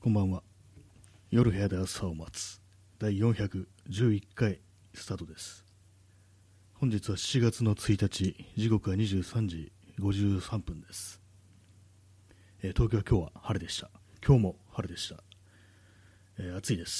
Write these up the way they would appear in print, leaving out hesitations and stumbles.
こんばんは。夜部屋で朝を待つ第411回スタートです。本日は7月の1日、時刻は23時53分です。東京は今日は晴れでした。今日も晴れでした。暑いです。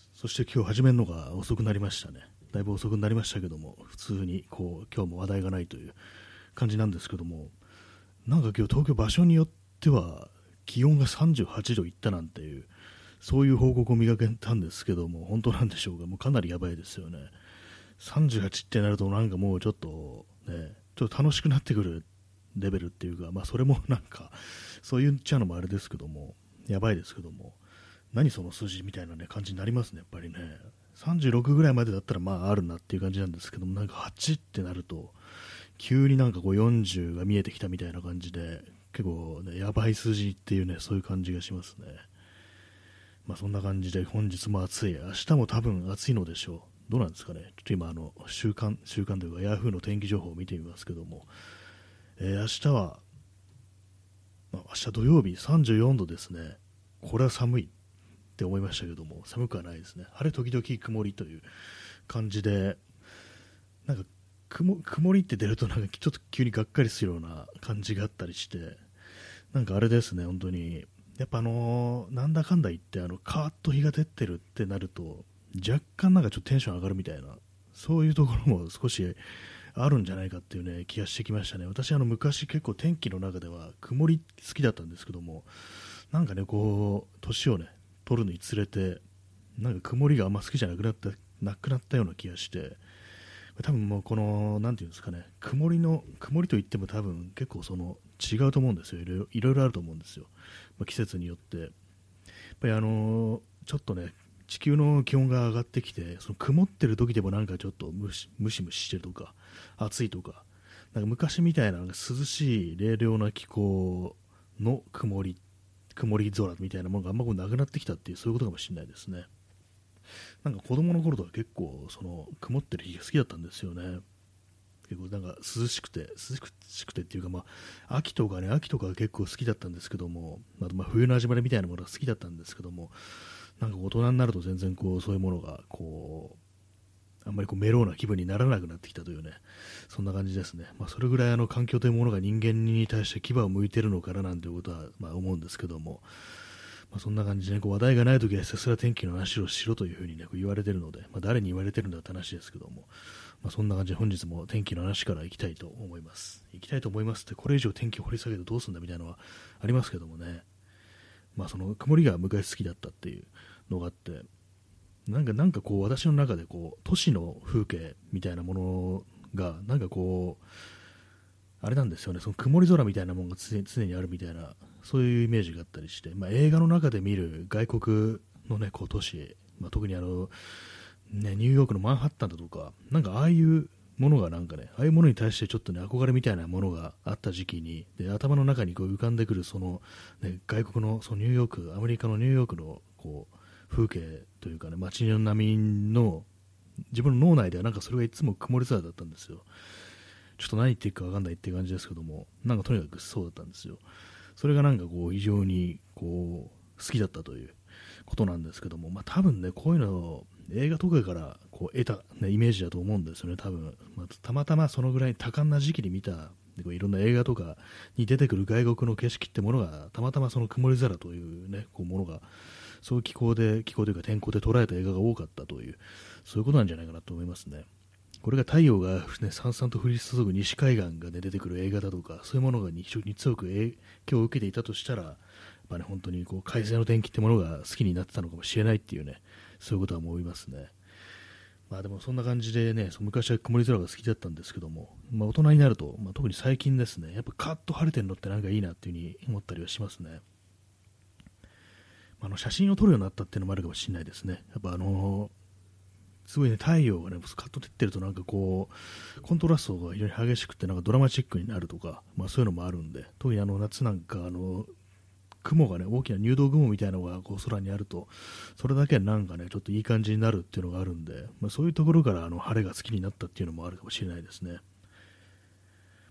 そして今日始めるのが遅くなりましたね。だいぶ遅くなりましたけども、普通に今日も話題がないという感じなんですけども、なんか今日東京場所によっては気温が38度いったなんていう、そういう報告を見かけたんですけども、本当なんでしょうか。もうかなりやばいですよね。38ってなるとなんかもうちょっと楽しくなってくるレベルっていうか、それもなんかそう言っちゃうのもあれですけども、やばいですけども、何その数字みたいな感じになりますね。やっぱりね、36ぐらいまでだったらあるなっていう感じなんですけども、なんか8ってなると急になんか40が見えてきたみたいな感じで、結構ね、やばい数字っていうね、そういう感じがしますね。そんな感じで本日も暑い、明日も多分暑いのでしょう。どうなんですかね。ちょっと今週間というかヤフーの天気情報を見てみますけども、明日は、明日土曜日34度ですね。これは寒いって思いましたけども、寒くはないですね。晴れ時々曇りという感じで、なんか曇りって出るとなんかちょっと急にがっかりするような感じがあったりして、なんかあれですね、本当にやっぱなんだかんだ言ってカーッと日が出てるってなると若干なんかちょっとテンション上がるみたいな、そういうところも少しあるんじゃないかっていうね気がしてきましたね。私昔結構天気の中では曇り好きだったんですけども、なんかねこう年をね取るにつれてなんか曇りがあんま好きじゃなくなったような気がして、多分もうこのなんていうんですかね、曇りといっても多分結構違うと思うんですよ。いろいろあると思うんですよ。季節によってやっぱりちょっとね地球の気温が上がってきて、その曇ってる時でもなんかちょっとムシムシしてるとか暑いとか、なんか昔みたいな涼しい冷涼な気候の曇り空みたいなものがあんまなくなってきたっていう、そういうことかもしれないですね。なんか子供の頃とか結構曇ってる日が好きだったんですよね。結構なんか涼しくてっていうか、秋とかが結構好きだったんですけども、あと冬の始まりみたいなものが好きだったんですけども、なんか大人になると全然そういうものがあんまりメロウな気分にならなくなってきたというね、そんな感じですね。それぐらい環境というものが人間に対して牙を向いているのかななんていうことは思うんですけども、そんな感じで、話題がないときはひたすら天気の話をしろというふうに、言われているので、誰に言われているんだって話ですけども、そんな感じで本日も天気の話から行きたいと思います。ってこれ以上天気を掘り下げてどうするんだみたいなのはありますけどもね、曇りが昔好きだったっていうのがあって、なんか私の中で都市の風景みたいなものがなんかあれなんですよね、その曇り空みたいなものが常にあるみたいな、そういうイメージがあったりして、映画の中で見る外国のね都市、特にニューヨークのマンハッタンだとか、なんかああいうものがなんかね、ああいうものに対してちょっとね憧れみたいなものがあった時期に、で頭の中に浮かんでくる外国のアメリカのニューヨークの風景というかね、街の波の自分の脳内ではなんかそれがいつも曇り空だったんですよ。ちょっと何言っていいか分かんないっていう感じですけども、なんかとにかくそうだったんですよ。それがなんか非常に好きだったということなんですけども、多分ねこういうのを映画とかから得た、イメージだと思うんですよね。多分、たまたまそのぐらい多感な時期に見たいろんな映画とかに出てくる外国の景色ってものがたまたまその曇り空というねものがそういう気候というか天候で捉えた映画が多かったという、そういうことなんじゃないかなと思いますね。これが太陽が、さんさんと降り注ぐ西海岸が、出てくる映画だとか、そういうものが非常に強く影響を受けていたとしたら、本当に快晴の天気ってものが好きになってたのかもしれないっていうね、そういうことは思いますね。でもそんな感じでね、昔は曇り空が好きだったんですけども、大人になると、特に最近ですね、やっぱカッと晴れてるのってなんかいいなっていう風に思ったりはしますね。写真を撮るようになったっていうのもあるかもしれないですね。やっぱすごいね、太陽がね、カッと照ってるとなんかコントラストが非常に激しくてなんかドラマチックになるとか、そういうのもあるんで、特に夏なんか雲がね、大きな入道雲みたいなのが空にあると、それだけなんかね、ちょっといい感じになるっていうのがあるんで、そういうところから晴れが好きになったっていうのもあるかもしれないですね。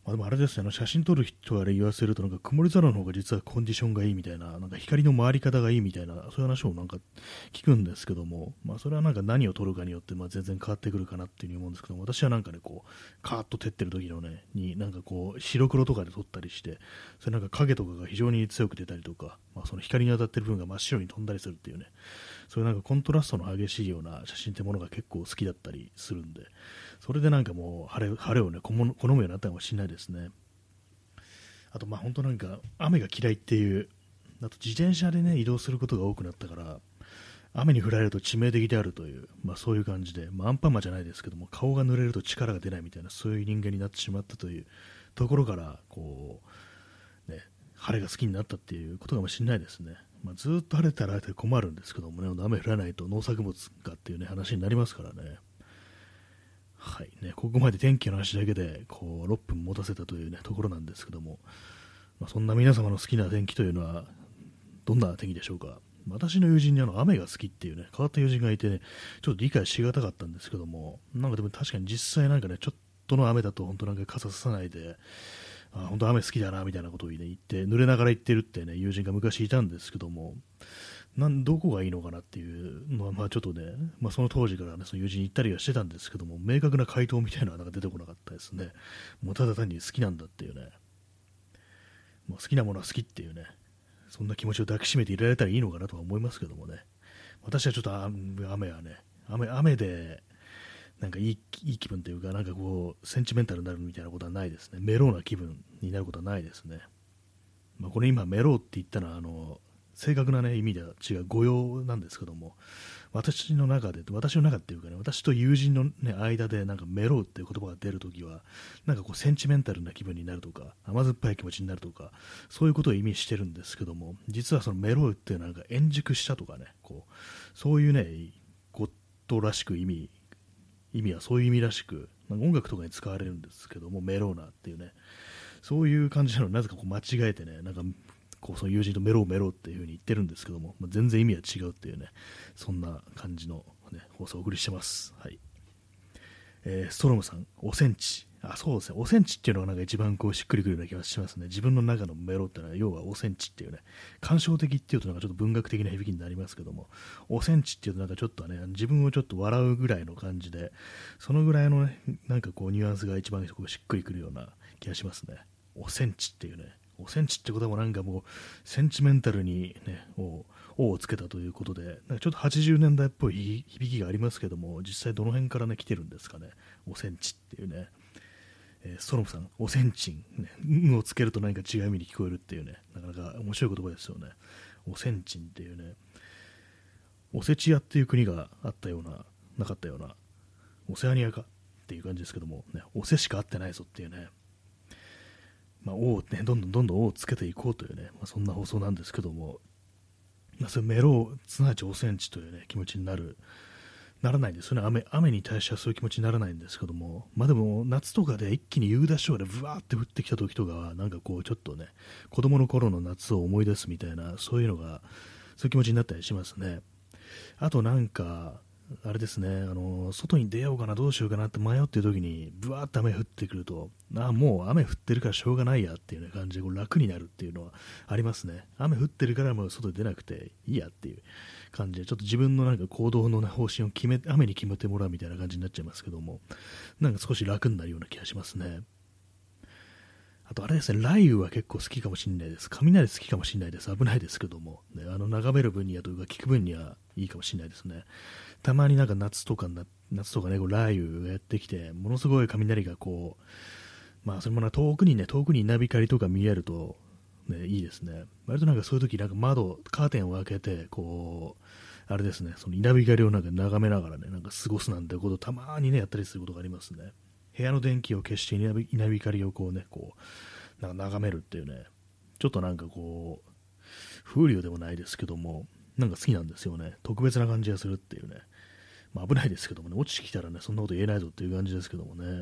でもあれですね、写真撮る人から言わせると、なんか曇り空の方が実はコンディションがいいみたいな、なんか光の回り方がいいみたいな、そういう話をなんか聞くんですけども、それはなんか何を撮るかによって、全然変わってくるかなっていうふうに思うんですけども、私はなんかね、こう、カーッと照ってる時のね、なんかこう、白黒とかで撮ったりして、それなんか影とかが非常に強く出たりとか、その光に当たってる部分が真っ白に飛んだりするっていうね、そういうなんかコントラストの激しいような写真ってものが結構好きだったりするんで、それでなんかもう晴れをね、好むようになったかもしれないですね。あと本当なんか雨が嫌いっていう、あと自転車でね移動することが多くなったから、雨に降られると致命的であるという、そういう感じで、アンパンマンじゃないですけども、顔が濡れると力が出ないみたいな、そういう人間になってしまったというところから、こうね、晴れが好きになったっていうことかもしれないですね。ずっと晴れたら困るんですけどもね、雨降らないと農作物がっていうね話になりますからね。はいね、ここまで天気の話だけでこう6分持たせたという、ね、ところなんですけども、そんな皆様の好きな天気というのはどんな天気でしょうか。私の友人に雨が好きっていうね、変わった友人がいて、ね、ちょっと理解しがたかったんですけども、なんかでも確かに実際なんかね、ちょっとの雨だと本当なんか傘ささないで、本当雨好きだなみたいなことを、ね、言って、濡れながら言ってるってね、友人が昔いたんですけども、どこがいいのかなっていうのは、ちょっとね、その当時から、ね、その友人に言ったりはしてたんですけども、明確な回答みたいなのはなんか出てこなかったですね。もうただ単に好きなんだっていうね、もう好きなものは好きっていうね、そんな気持ちを抱きしめていられたらいいのかなとは思いますけどもね、私はちょっと雨はね、雨でなんかいい気分というか、なんかこうセンチメンタルになるみたいなことはないですね。メローな気分になることはないですね。これ今メローって言ったのは正確な、ね、意味では違う語用なんですけども、私の中っていうかね、私と友人の、ね、間でなんかメローっていう言葉が出るときは、なんかこうセンチメンタルな気分になるとか、甘酸っぱい気持ちになるとか、そういうことを意味してるんですけども、実はそのメローっていうのはなんか円熟したとかね、こうそういうねことらしく意味はそういう意味らしく、なんか音楽とかに使われるんですけども、メローナっていうね、そういう感じなのをなぜかこう間違えてね、なんかこうその友人とメローっていう風に言ってるんですけども、全然意味は違うっていうね、そんな感じの、ね、放送をお送りしてます。はい。ストロムさん、おセンチ。そうですね、おセンチっていうのがなんか一番こうしっくりくるような気がしますね。自分の中のメロっていうのは要はおセンチっていうね、感傷的っていうとなんかちょっと文学的な響きになりますけども、おセンチっていうとなんかちょっとね、自分をちょっと笑うぐらいの感じで、そのぐらいのね、なんかこうニュアンスが一番こうしっくりくるような気がしますね。おセンチっていうね、おセンチってこともなんかもうセンチメンタルにね、Oをつけたということで、なんかちょっと80年代っぽい響きがありますけども、実際どの辺からね来てるんですかね、おセンチっていうね。ストロムさん、おセンチン、ね、をつけると何か違う意味に聞こえるっていうね、なかなか面白い言葉ですよね。おセンチンっていうね、オセチアっていう国があったような、なかったような、オセアニアかっていう感じですけども、ね、オセしか合ってないぞっていうね、O をね、どんどんOをつけていこうというね、そんな放送なんですけども、それメロー、すなわちおセンチというね、気持ちにならないんですよね。雨に対してはそういう気持ちにならないんですけども、でも夏とかで一気に夕立でブワーって降ってきた時とかは、なんかこうちょっとね、子供の頃の夏を思い出すみたいな、そういう気持ちになったりしますね。あとなんか、あれですね、外に出ようかな、どうしようかなって迷ってる時に、ブワーって雨降ってくると、もう雨降ってるからしょうがないやっていう、ね、感じでこう楽になるっていうのはありますね。雨降ってるからもう外に出なくていいやっていう感じで、ちょっと自分のなんか行動の、ね、方針を雨に決めてもらうみたいな感じになっちゃいますけども、なんか少し楽になるような気がしますね。あとあれですね、雷雨は結構好きかもしれないです。雷好きかもしれないです。危ないですけども、ね、眺める分にはというか聞く分にはいいかもしれないですね。たまになんか夏とかね、こう雷雨がやってきて、ものすごい雷がこう、それも遠くに稲光とか見えると、ね、いいですね。割となんかそういう時なんかカーテンを開けて、こう、あれですね、その稲光をなんか眺めながらね、なんか過ごすなんてことをたまにね、やったりすることがありますね。部屋の電気を消して稲光をこうね、なんか眺めるっていうね、ちょっとなんかこう、風流でもないですけども、なんか好きなんですよね。特別な感じがするっていうね。危ないですけどもね、落ちてきたらね、そんなこと言えないぞっていう感じですけどもね。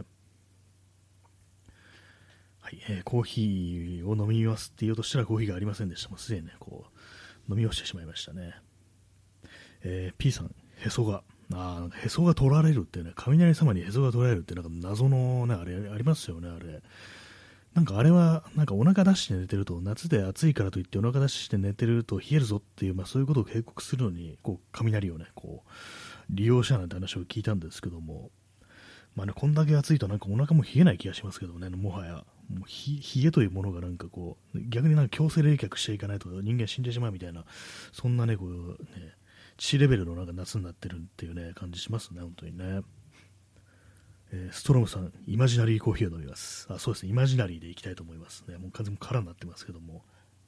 はい、コーヒーを飲みますって言おうとしたらコーヒーがありませんでした。もうすでにね、こう、飲み干してしまいましたね。P さん、へそが。なんかへそが取られるってね、雷様にへそが取られるってなんか謎のね、あれありますよね、あれ。 なんかあれは、なんかお腹出して寝てると、夏で暑いからといってお腹出して寝てると冷えるぞっていう、まあそういうことを警告するのに、こう、雷をね、こう、利用したなんて話を聞いたんですけども、まあね、こんだけ暑いとなんかお腹も冷えない気がしますけどね、もはや。もう冷えというものがなんかこう、逆になんか強制冷却していかないと人間死んでしまうみたいな、そんなね、こうね、致死レベルのなんか夏になってるっていうね、感じしますね、本当にね。ストロムさん、イマジナリーコーヒーを飲みます。あ、そうですね、イマジナリーでいきたいと思いますね。もう完全に空になってますけども。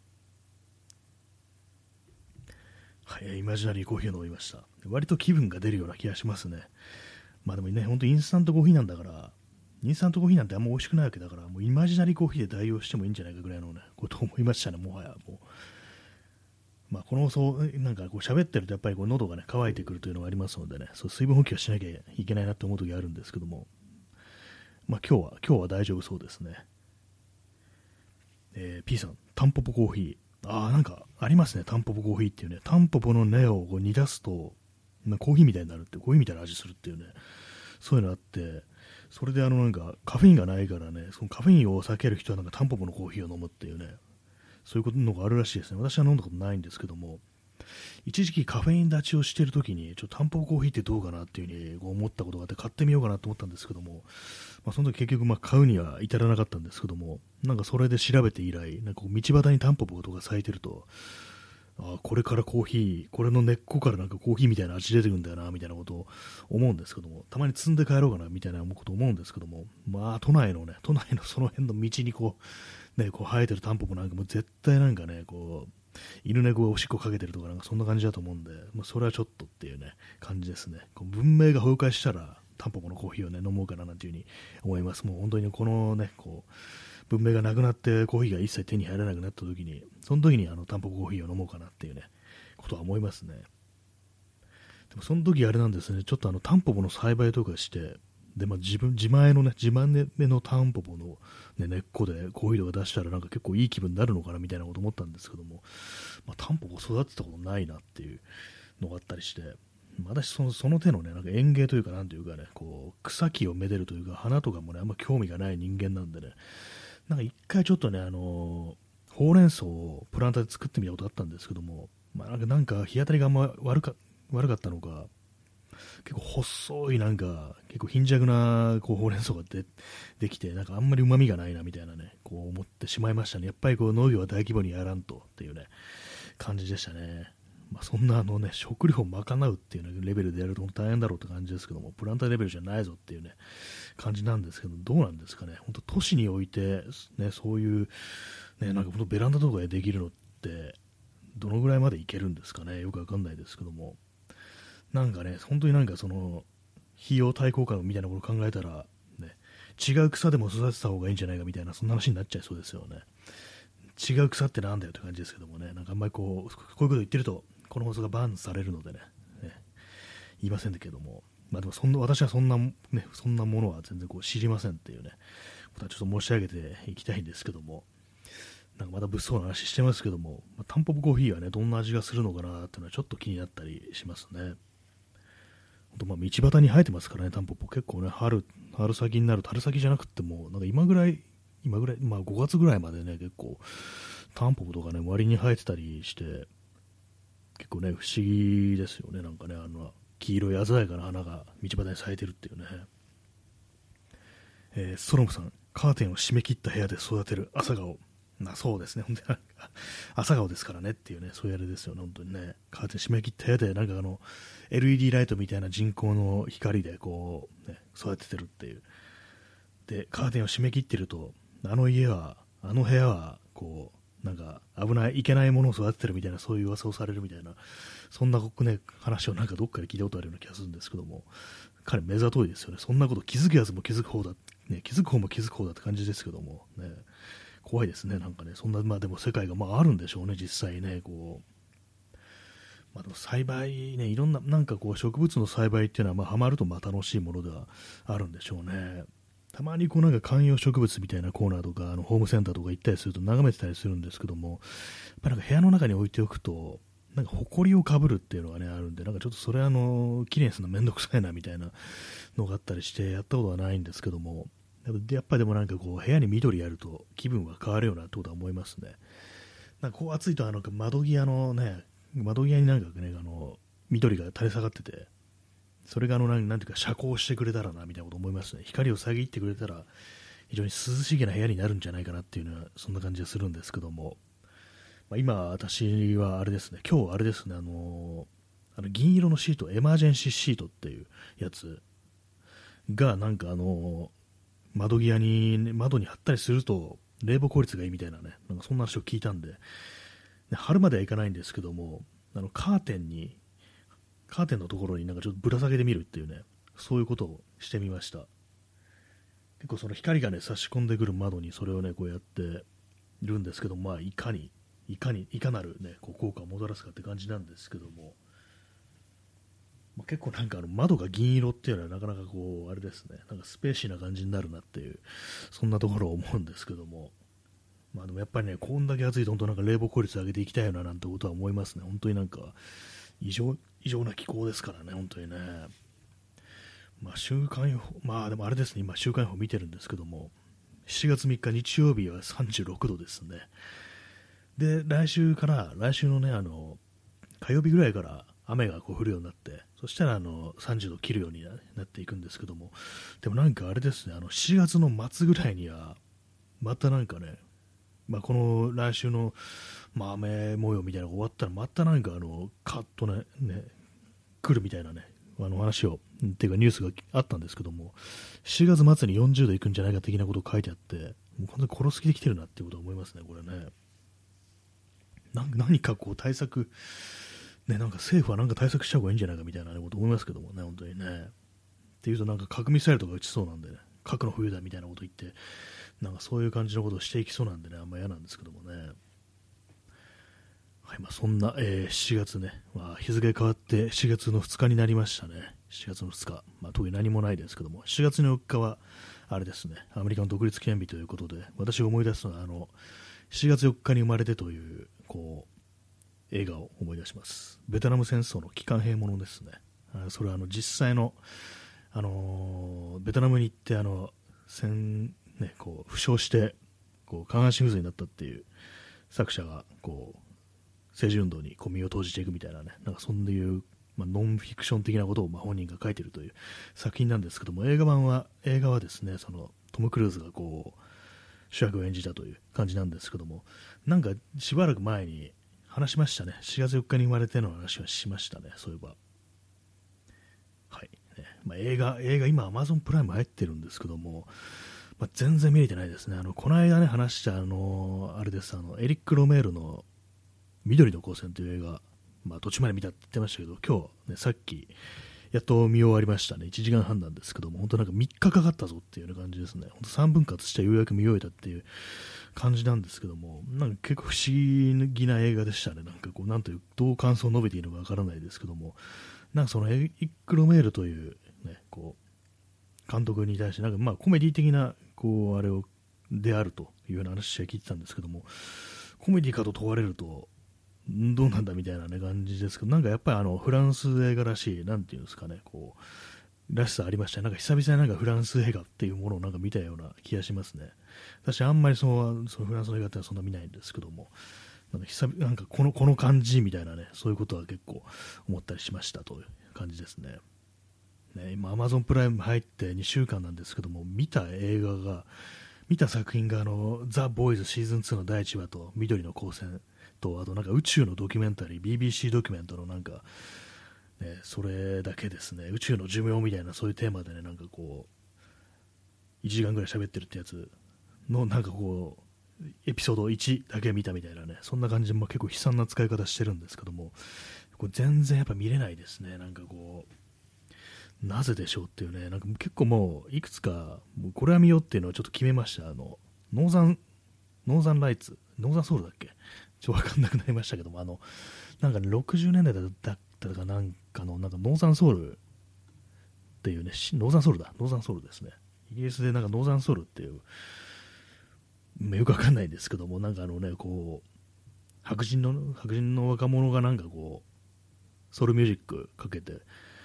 はい、イマジナリーコーヒーを飲みました。割と気分が出るような気がしますね。まあでもね、本当インスタントコーヒーなんだから、インスタントコーヒーなんてあんま美味しくないわけだから、もうイマジナリーコーヒーで代用してもいいんじゃないかぐらいのね、ことを思いましたね、もはや。もうまあ、この放送、なんかこう喋ってるとやっぱりこう喉がね、渇いてくるというのがありますのでね、そう水分補給はしなきゃいけないなと思う時があるんですけども、まあ今日は大丈夫そうですね。P さん、タンポポコーヒー。なんかありますね、タンポポコーヒーっていうね。タンポポの根をこう煮出すと、コーヒーみたいになるって、コーヒーみたいな味するっていうね、そういうのあって、それでなんかカフェインがないからね、そのカフェインを避ける人はなんかタンポポのコーヒーを飲むっていうね、そういうのがあるらしいですね。私は飲んだことないんですけども、一時期カフェイン立ちをしているときに、タンポポコーヒーってどうかなっていうふうにこう思ったことがあって、買ってみようかなと思ったんですけども、まあ、その時結局買うには至らなかったんですけども、なんかそれで調べて以来、なんかこう道端にタンポポとか咲いてると、これからコーヒー、これの根っこからなんかコーヒーみたいな味出てくるんだよな、みたいなことを思うんですけども、たまに積んで帰ろうかな、みたいなことを思うんですけども、まあ、都内のその辺の道にこう、ね、こう生えてるタンポポなんかも絶対なんかね、こう、犬猫がおしっこかけてるとかなんかそんな感じだと思うんで、まあ、それはちょっとっていうね、感じですね。こう文明が崩壊したら、タンポポのコーヒーをね、飲もうかななんていうふうに思います。もう本当にこのね、こう、文明がなくなってコーヒーが一切手に入らなくなった時に、その時にタンポポコーヒーを飲もうかなっていうね、ことは思いますね。でもその時あれなんですね、ちょっとタンポポの栽培とかして、で、まあ、自前のね、自慢めのタンポポの、ね、根っこでコーヒーとか出したらなんか結構いい気分になるのかなみたいなこと思ったんですけども、まあ、タンポポ育てたことないなっていうのがあったりして、私その手のね、なんか園芸というかなんというかね、こう、草木をめでるというか、花とかもね、あんま興味がない人間なんでね、なんか一回ちょっとね、ほうれん草をプランターで作ってみたことあったんですけども、まあ、なんか日当たりがあんま悪かったのか、結構細いなんか結構貧弱なこうほうれん草ができてなんかあんまり旨味がないなみたいなねこう思ってしまいましたね。やっぱりこう農業は大規模にやらんとっていうね感じでしたね。まあ、そんなね食料を賄うっていう、ね、レベルでやると大変だろうって感じですけども、プランターレベルじゃないぞっていうね感じなんですけど、どうなんですかね。本当都市においてねそういうねなんか本当ベランダとかでできるのってどのぐらいまでいけるんですかね。よくわかんないですけども、なんかね、本当になんかその、費用対効果みたいなことを考えたら、ね、違う草でも育てた方がいいんじゃないかみたいな、そんな話になっちゃいそうですよね。違う草ってなんだよって感じですけどもね、なんかあんまりこういうこと言ってると、この放送がバンされるのでね、言いませんけども、まあでも私はそんなものは全然こう知りませんっていうね、ことはちょっと申し上げていきたいんですけども、なんかまた物騒な話してますけども、タンポポコーヒーはね、どんな味がするのかなっていうのはちょっと気になったりしますね。まあ道端に生えてますからね、タンポポ結構ね、春先になると、春先じゃなくても、なんか今ぐらい、まあ5月ぐらいまでね、結構、タンポポとかね、割に生えてたりして、結構ね、不思議ですよね、なんかね、黄色い鮮やかな花が道端に咲いてるっていうね。ストロムさん、カーテンを閉め切った部屋で育てる朝顔。そうですね、本当に朝顔ですからねっていうね、そういうあれですよね、本当にね、カーテン閉め切った部屋で、なんかLED ライトみたいな人工の光でこう、ね、育ててるっていう。で、カーテンを閉め切ってると、あの部屋は、こう、なんか危ない、いけないものを育ててるみたいな、そういう噂をされるみたいな、そんなね、話をなんかどっかで聞いたことあるような気がするんですけども、彼目ざといですよね。そんなこと気づくやつも気づく方だ、ね、気づく方も気づく方だって感じですけども、ね、怖いですね、なんかね、そんな、まあでも世界があるんでしょうね、実際ね、こう。まあ、でも栽培ね、いろんな、なんかこう植物の栽培っていうのは、ハマると楽しいものではあるんでしょうね。たまにこうなんか観葉植物みたいなコーナーとか、ホームセンターとか行ったりすると眺めてたりするんですけども、やっぱなんか部屋の中に置いておくと、なんか埃をかぶるっていうのがね、あるんで、なんかちょっとそれ綺麗にするのめんどくさいなみたいなのがあったりして、やったことはないんですけども、 やっぱりでもなんかこう部屋に緑やると気分は変わるようなってことは思いますね。なんかこう暑いと窓際になんかね緑が垂れ下がってて、それがなんていうか遮光してくれたらなみたいなこと思いますね。光を遮ってくれたら非常に涼しげな部屋になるんじゃないかなっていうのはそんな感じがするんですけども、今私はあれですね、今日あれですね、銀色のシート、エマージェンシーシートっていうやつがなんか窓際に、窓に貼ったりすると冷房効率がいいみたいなね、なんかそんな話を聞いたんで、貼るまではいかないんですけども、カーテンのところになんかちょっとぶら下げてみるっていうね、そういうことをしてみました。結構その光がね差し込んでくる窓にそれをねこうやっているんですけど、いかなるねこう効果をもたらすかって感じなんですけども、結構なんか窓が銀色っていうのはなかなかこうあれですね、なんかスペーシーな感じになるなっていうそんなところを思うんですけども、でもやっぱりねこんだけ暑いと本当なんか冷房効率上げていきたいよななんてことは思いますね。本当になんか異常な気候ですからね、本当にね。週間予報、でもあれですね、今週間予報見てるんですけども、7月3日日曜日は36度ですね。で来週のね火曜日ぐらいから雨がこう降るようになって、そしたら30度切るようになっていくんですけども、でもなんかあれですね、7月の末ぐらいにはまたなんかね、この来週の、雨模様みたいなのが終わったらまたなんかカッとね来るみたいなね話をっていうかニュースがあったんですけども、7月末に40度いくんじゃないか的なことを書いてあって、もう本当に殺す気できてるなっていうことを思いますね、これね。何かこう対策ね、なんか政府はなんか対策した方がいいんじゃないかみたいなこと思いますけどもね、本当にね。っていうとなんか核ミサイルとか撃ちそうなんでね、核の冬だみたいなこと言って、なんかそういう感じのことをしていきそうなんでね、あんま嫌なんですけどもね。はい、そんな、7月ね、日付変わって7月の2日になりましたね。7月の2日、特に何もないですけども、7月の4日はあれですね、アメリカの独立記念日ということで、私が思い出すのは7月4日に生まれてというこう映画を思い出します。ベトナム戦争の帰還兵ものですね。それは実際の、ベトナムに行ってこう負傷してこう下半身不随になったっていう作者がこう政治運動に身を投じていくみたいなね、なんかそういう、ノンフィクション的なことを本人が書いているという作品なんですけども、映画はですね、そのトム・クルーズがこう主役を演じたという感じなんですけども、なんかしばらく前に話しましたね。4月4日に生まれての話はしましたね、そういえば。はい。映画今 Amazon プライム入ってるんですけども、全然見れてないですね。この間ね、話したあれです、エリック・ロメールの緑の光線という映画、途中まで見たって言ってましたけど、今日、ね、さっき、やっと見終わりましたね。1時間半なんですけども、本当なんか3日かかったぞっていうような感じですね。本当3分割してようやく見終えたっていう感じなんですけども、なんか結構不思議な映画でしたね。なんかこう、どう感想を述べていいのかわからないですけども、なんかそのエリック・ロメールというね、こう、監督に対して、なんかコメディ的な、こう、あれを、であるというような話は聞いてたんですけども、コメディかと問われると、どうなんだみたいな、ね、感じですけど、なんかやっぱりフランス映画らしい、なんていうんですかね、こう、らしさありましたね。なんか久々になんかフランス映画っていうものをなんか見たような気がしますね。私あんまりそのフランスの映画ってのはそんな見ないんですけども、なんかこの感じみたいなね、そういうことは結構思ったりしましたという感じですね。今 Amazon プライム入って2週間なんですけども、見た作品がザ・ボーイズシーズン2の第1話と緑の光線と、あとなんか宇宙のドキュメンタリー BBC ドキュメントのなんか、ね、それだけですね、宇宙の寿命みたいなそういうテーマでね、なんかこう1時間ぐらい喋ってるってやつのなんかこうエピソード1だけ見たみたいなね、そんな感じで、結構悲惨な使い方してるんですけども、これ全然やっぱ見れないですね。なんかこうなぜでしょうっていうね、なんか結構もういくつかこれは見ようっていうのをちょっと決めました。ノーザンライツ、ノーザンソウルだっけ、ちょっと分かんなくなりましたけども、なんか、ね、60年代だったかなんかのなんかノーザンソウルっていうね、ノーザンソウルですね。イギリスでなんかノーザンソウルっていう、よくわかんないんですけども、なんかこう白人の若者がなんかこうソウルミュージックかけて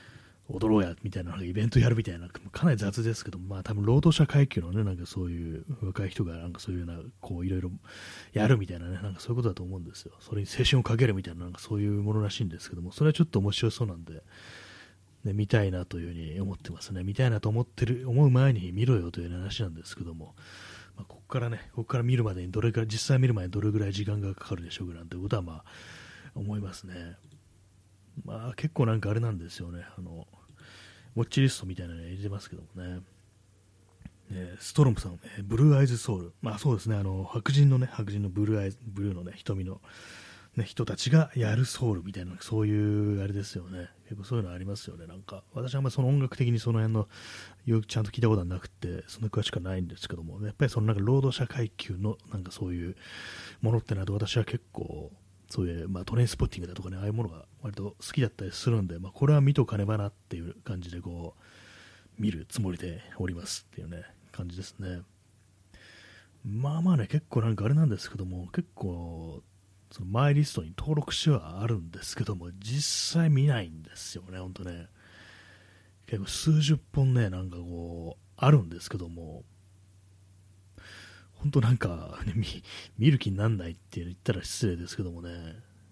踊ろうやみたいな、なんかイベントやるみたいな、かなり雑ですけど、まあ多分労働者階級のね、なんかそういう若い人がなんかそういうような、こういろいろやるみたいなね、なんかそういうことだと思うんですよ。それに青春をかけるみたいな、なんかそういうものらしいんですけども、それはちょっと面白そうなんで、ね、見たいなというふうに思ってますね。見たいなと思う前に見ろよという話なんですけども、まあ、ここから見るまでに実際見る前にどれぐらい時間がかかるでしょうかなんてことはまあ思いますね。まあ結構なんかあれなんですよね。ウォッチリストみたいなの入れてますけどもね。ストロムさん、ブルーアイズソウル。まあそうですね、白人のブルーのね、瞳の、ね、人たちがやるソウルみたいな、そういうあれですよね。結構そういうのありますよね。なんか、私はあんまりその音楽的にその辺の、よくちゃんと聞いたことはなくて、そんな詳しくはないんですけども、やっぱりそのなんか労働者階級の、なんかそういうものってなると、私は結構、そういう、まあ、トレインスポッティングだとかね、ああいうものが割と好きだったりするんで、まあ、これは見とかねばなっていう感じで、こう、見るつもりでおりますっていうね、感じですね。まあまあね、結構なんかあれなんですけども、結構、そのマイリストに登録してはあるんですけども、実際見ないんですよね、ほんとね。結構数十本ね、なんかこう、あるんですけども、本当なんか、ね、見る気にならないって言ったら失礼ですけどもね、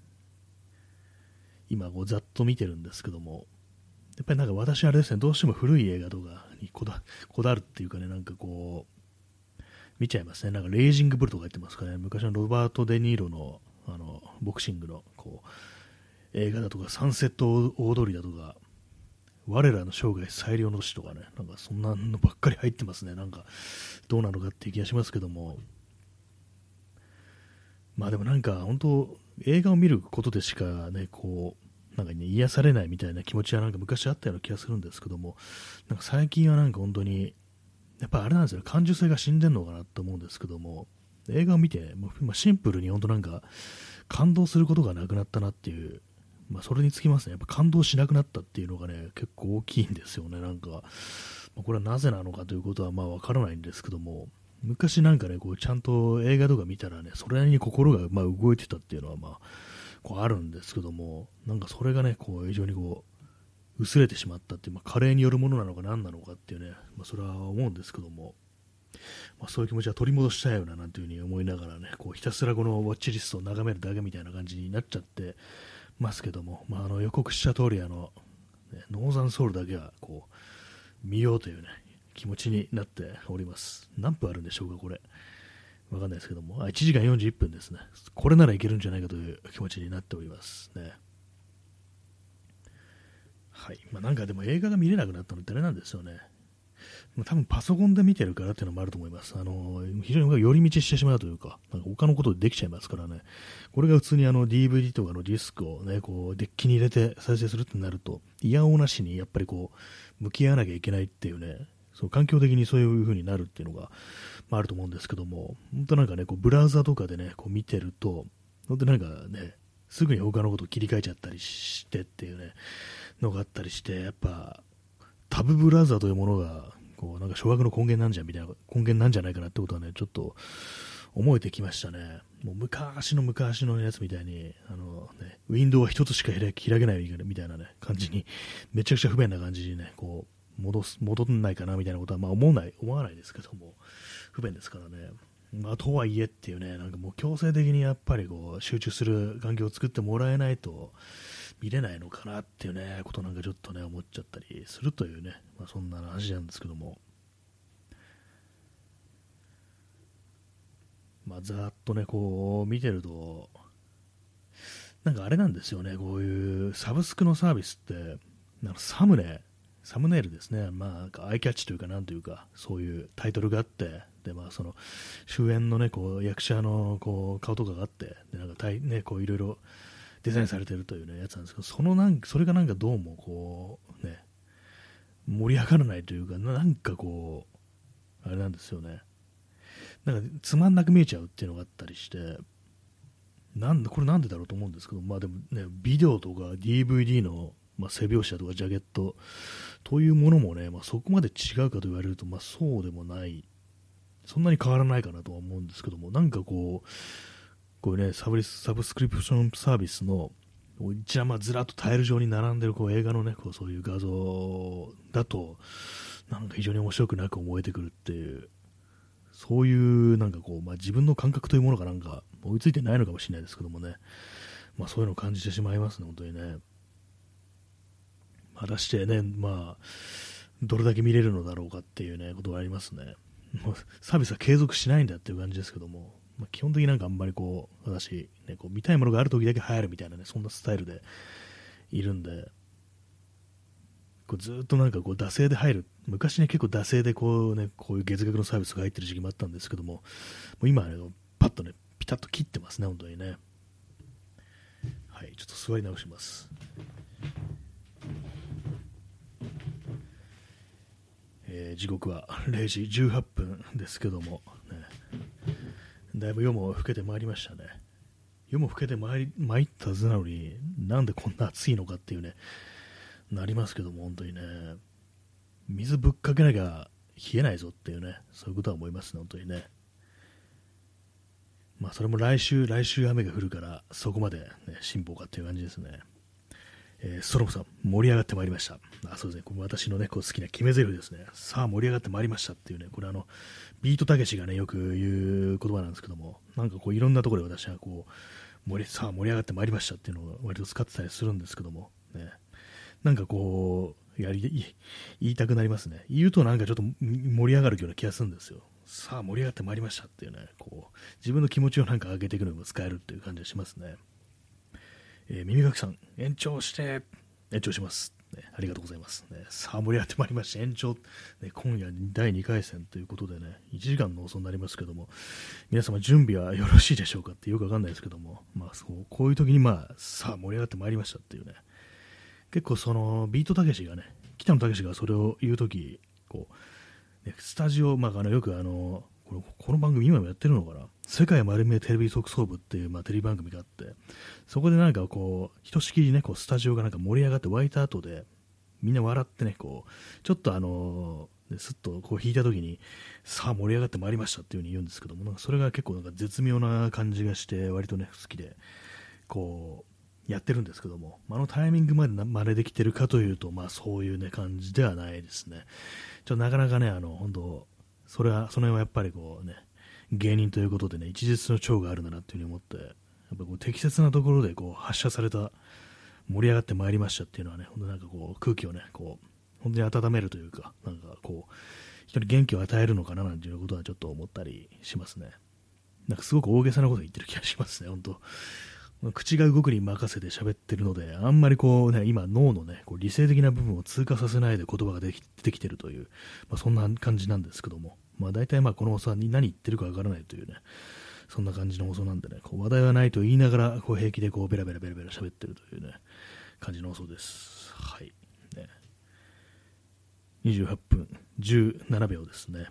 今こうざっと見てるんですけども、やっぱりなんか私あれですね、どうしても古い映画とかにこだわるっていうかね、なんかこう、見ちゃいますね。なんかレイジングブルとか言ってますかね、昔のロバート・デ・ニーロのボクシングのこう映画だとか、サンセット大通りだとか、我らの生涯最良の死とかね、なんかそんなのばっかり入ってますね。なんかどうなのかっていう気がしますけども、まあでもなんか本当映画を見ることでしかね、こうなんかね癒されないみたいな気持ちはなんか昔あったような気がするんですけども、なんか最近はなんか本当にやっぱあれなんですよ、感受性が死んでんのかなと思うんですけども、映画を見てもうシンプルに本当なんか感動することがなくなったなっていう、まあ、それにつきますね。やっぱ感動しなくなったっていうのがね、結構大きいんですよね。なんか、まあ、これはなぜなのかということはまあわからないんですけども、昔なんかね、こうちゃんと映画とか見たらね、それなりに心がまあ動いてたっていうのはまあ、こうあるんですけども、なんかそれがね、こう非常にこう、薄れてしまったっていう、まあ、加齢によるものなのか何なのかっていうね、まあ、それは思うんですけども、まあ、そういう気持ちは取り戻したいよななんていうふうに思いながらね、こうひたすらこのウォッチリストを眺めるだけみたいな感じになっちゃってますけども、まあ、予告した通りね、ノーザンソウルだけはこう見ようというね、気持ちになっております。何分あるんでしょうか、これ。わかんないですけども、1時間41分ですね。これならいけるんじゃないかという気持ちになっておりますね。はい。まあ、なんかでも映画が見れなくなったのってあれなんですよね。多分パソコンで見てるからっていうのもあると思います。非常に寄り道してしまうというか、なんか他のことでできちゃいますからね。これが普通にDVD とかのディスクをね、こうデッキに入れて再生するってなると、嫌おなしにやっぱりこう、向き合わなきゃいけないっていうね、そう環境的にそういう風になるっていうのが、まあ、あると思うんですけども、本当なんかね、こうブラウザとかでね、こう見てると、本当なんかね、すぐに他のことを切り替えちゃったりしてっていうね、のがあったりして、やっぱ、タブブラウザというものが、こうなんか諸悪の根源なんじゃみたいな根源なんじゃないかなってことはねちょっと思えてきましたね。もう昔のやつみたいにウィンドウは一つしか開けないみたいなね感じにめちゃくちゃ不便な感じにねこう戻んないかなみたいなことはまあ思わないですけども不便ですからね。まあ、とはいえっていうねなんかもう強制的にやっぱりこう集中する環境を作ってもらえないと見れないのかなっていうねことなんかちょっとね思っちゃったりするというね、まあ、そんな話なんですけども、まあ、ざーっとねこう見てるとなんかあれなんですよね、こういうサブスクのサービスってなんかサムネイルですね、まあ、なんかアイキャッチというかなんというかそういうタイトルがあってで、まあ、その主演のねこう役者のこう顔とかがあってでなんかねこういろいろデザインされてるという、ね、やつなんですけどそれがなんかどうもこうね盛り上がらないというかなんかこうあれなんですよね、なんかつまんなく見えちゃうっていうのがあったりしてこれなんでだろうと思うんですけど、まあでもねビデオとか DVD の、まあ、背表紙だとかジャケットというものもね、まあ、そこまで違うかと言われると、まあ、そうでもないそんなに変わらないかなとは思うんですけどもなんかこういうねサブスクリプションサービスの一覧ずらっとタイル上に並んでるこう映画のね、こうそういう画像だと、なんか非常に面白くなく思えてくるっていう、そういうなんかこう、自分の感覚というものがなんか追いついてないのかもしれないですけどもね、そういうのを感じてしまいますね、本当にね。果たしてね、どれだけ見れるのだろうかっていうね、ことがありますね。もうサービスは継続しないんだっていう感じですけども、基本的になんかあんまりこう、私、ね、こう見たいものがある時だけ流行るみたいなね、そんなスタイルでいるんで、こうずっとなんかこう惰性で入る、昔ね、結構惰性でこうね、こういう月額のサービスが入ってる時期もあったんですけども、もう今はね、パッとね、ピタッと切ってますね、本当にね。はい、ちょっと座り直します。時刻は0時18分ですけども、ね、だいぶ夜も更けてまいりましたね。夜も更けてまいったはずなのに、なんでこんな暑いのかっていうね、なりますけども、本当にね、水ぶっかけなきゃ冷えないぞっていうね、そういうことは思いますね、本当にね。それも来週雨が降るから、そこまで、ね、辛抱かっていう感じですね。ストロムさん、盛り上がってまいりました。そうですね、これ私のね、こう好きな決め台詞ですね。さあ、盛り上がってまいりましたっていうね、これビートたけしがね、よく言う言葉なんですけども、なんかこう、いろんなところで私はこう、さあ、盛り上がってまいりましたっていうのを割と使ってたりするんですけども、ね、なんかこう、言いたくなりますね。言うとなんかちょっと盛り上がるような気がするんですよ。さあ、盛り上がってまいりましたっていうね、こう、自分の気持ちをなんか上げていくのにも使えるっていう感じがしますね。耳かきさん、延長します、ね。ありがとうございます。ね、さあ、盛り上がってまいりました。延長、ね、今夜第2回戦ということでね、1時間の放送になりますけども、皆様準備はよろしいでしょうかってよくわかんないですけども、こういう時にさあ、盛り上がってまいりましたっていうね、結構その、ビートたけしがね、北野たけしがそれを言うとき、こう、ね、スタジオ、よくこの番組今もやってるのかな、世界丸見えテレビ特捜部っていう、テレビ番組があって、そこでなんかこう、ひとしきりね、こうスタジオがなんか盛り上がって湧いた後で、みんな笑ってね、こう、ちょっとすっとこう弾いた時に、さあ盛り上がってまいりましたっていう風に言うんですけども、なんかそれが結構なんか絶妙な感じがして、割とね、好きで、こう、やってるんですけども、タイミングまで真似できてるかというと、そういうね、感じではないですね。なかなかね、本当その辺はやっぱりこうね、芸人ということでね、一日の長があるんだなっていうふうに思って、やっぱこう適切なところでこう発射された、盛り上がってまいりましたっていうのはね、本当なんかこう空気をね、こう、本当に温めるというか、なんかこう、人に元気を与えるのかななんていうことはちょっと思ったりしますね。なんかすごく大げさなこと言ってる気がしますね、本当。口が動くに任せて喋ってるので、あんまりこうね、今脳のね、こう理性的な部分を通過させないで言葉が出てきてるという、そんな感じなんですけども、大体この放送に何言ってるかわからないというね、そんな感じの放送なんでね、こう話題はないと言いながら、こう平気でこうベラベラ喋ってるというね、感じの放送です。はい。ね、28分17秒ですね。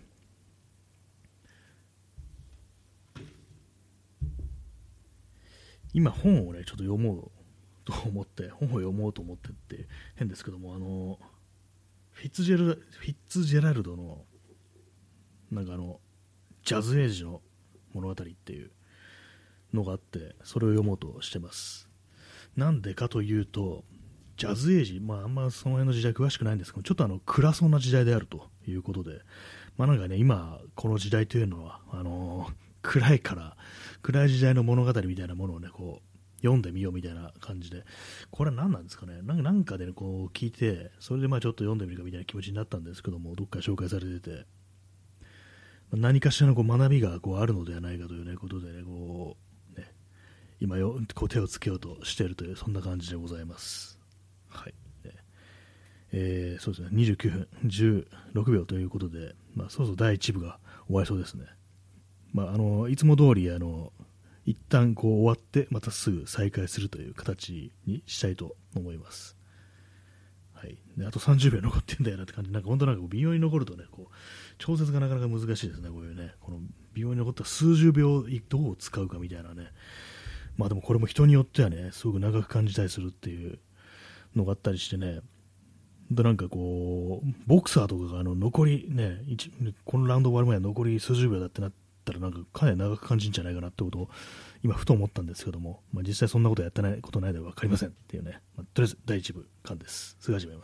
今本をねちょっと読もうと思ってって変ですけども、フィッツジェラルドのなんかジャズエイジの物語っていうのがあって、それを読もうとしてます。なんでかというと、ジャズエイジ、あんまその辺の時代詳しくないんですけど、ちょっと暗そうな時代であるということで、なんかね、今この時代というのは暗い時代の物語みたいなものをね、こう読んでみようみたいな感じで、これは何なんですかね、なんかで、ね、こう聞いて、それでちょっと読んでみるかみたいな気持ちになったんですけども、どっか紹介されてて、何かしらのこう学びがこうあるのではないかという、ね、ことで、ね、こうね、今こう手をつけようとしているという、そんな感じでございます。はい。そうですね、29分16秒ということで、そろそろ第1部が終わりそうですね。いつも通り一旦こう終わってまたすぐ再開するという形にしたいと思います。はい、であと30秒残ってんだよなって感じ、なんか本当なんか微妙に残るとね、こう調節がなかなか難しいですね、こういうね、この微妙に残った数十秒どう使うかみたいなね、でもこれも人によってはね、すごく長く感じたりするっていうのがあったりしてね、でなんかこうボクサーとかが残りね、このラウンド終わる前は残り数十秒だってなっったらなんかかなり長く感じるんじゃないかなってことを今ふと思ったんですけども、実際そんなことやってないことないので分かりませんっていうね、とりあえず第1部完です。すぐ始めます。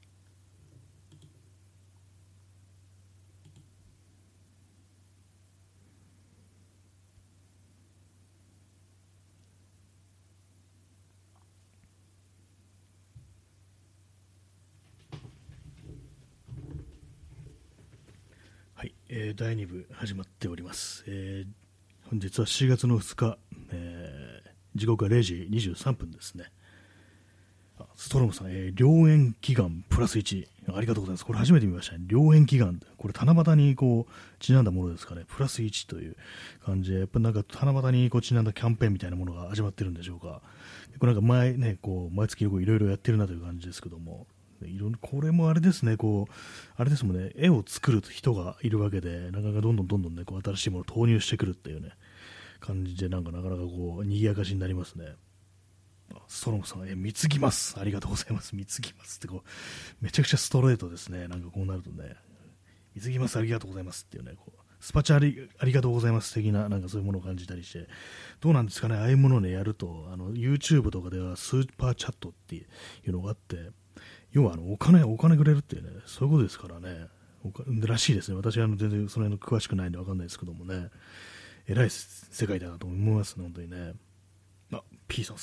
はい、第2部始まっております。本日は7月の2日、時刻は0時23分ですね。ストロムさん、良縁祈願プラス1、ありがとうございます。これ初めて見ましたね。良縁祈願、これ七夕にこうちなんだものですかね。プラス1という感じで、やっぱなんか七夕にこうちなんだキャンペーンみたいなものが始まってるんでしょうか。結構なんか毎月いろいろやってるなという感じですけども、これもあれですね、あれですもんね、絵を作る人がいるわけで、なかなかどんどんね、新しいものを投入してくるっていうね、感じで、なかなか賑やかしになりますね。ストロムさん、貢ぎます。ありがとうございます。貢ぎますってめちゃくちゃストレートですね。なんかこうなるとね、貢ぎます、ありがとうございますっていうね、スパチャありがとうございます的な、なんかそういうものを感じたりして、どうなんですかね、ああいうものをね、やると、YouTube とかではスーパーチャットっていうのがあって、要はお金くれるっていうね、そういうことですからね、らしいですね。私は全然その辺の詳しくないんで分かんないですけどもね、えらい世界だなと思いますね、本当にね。P さん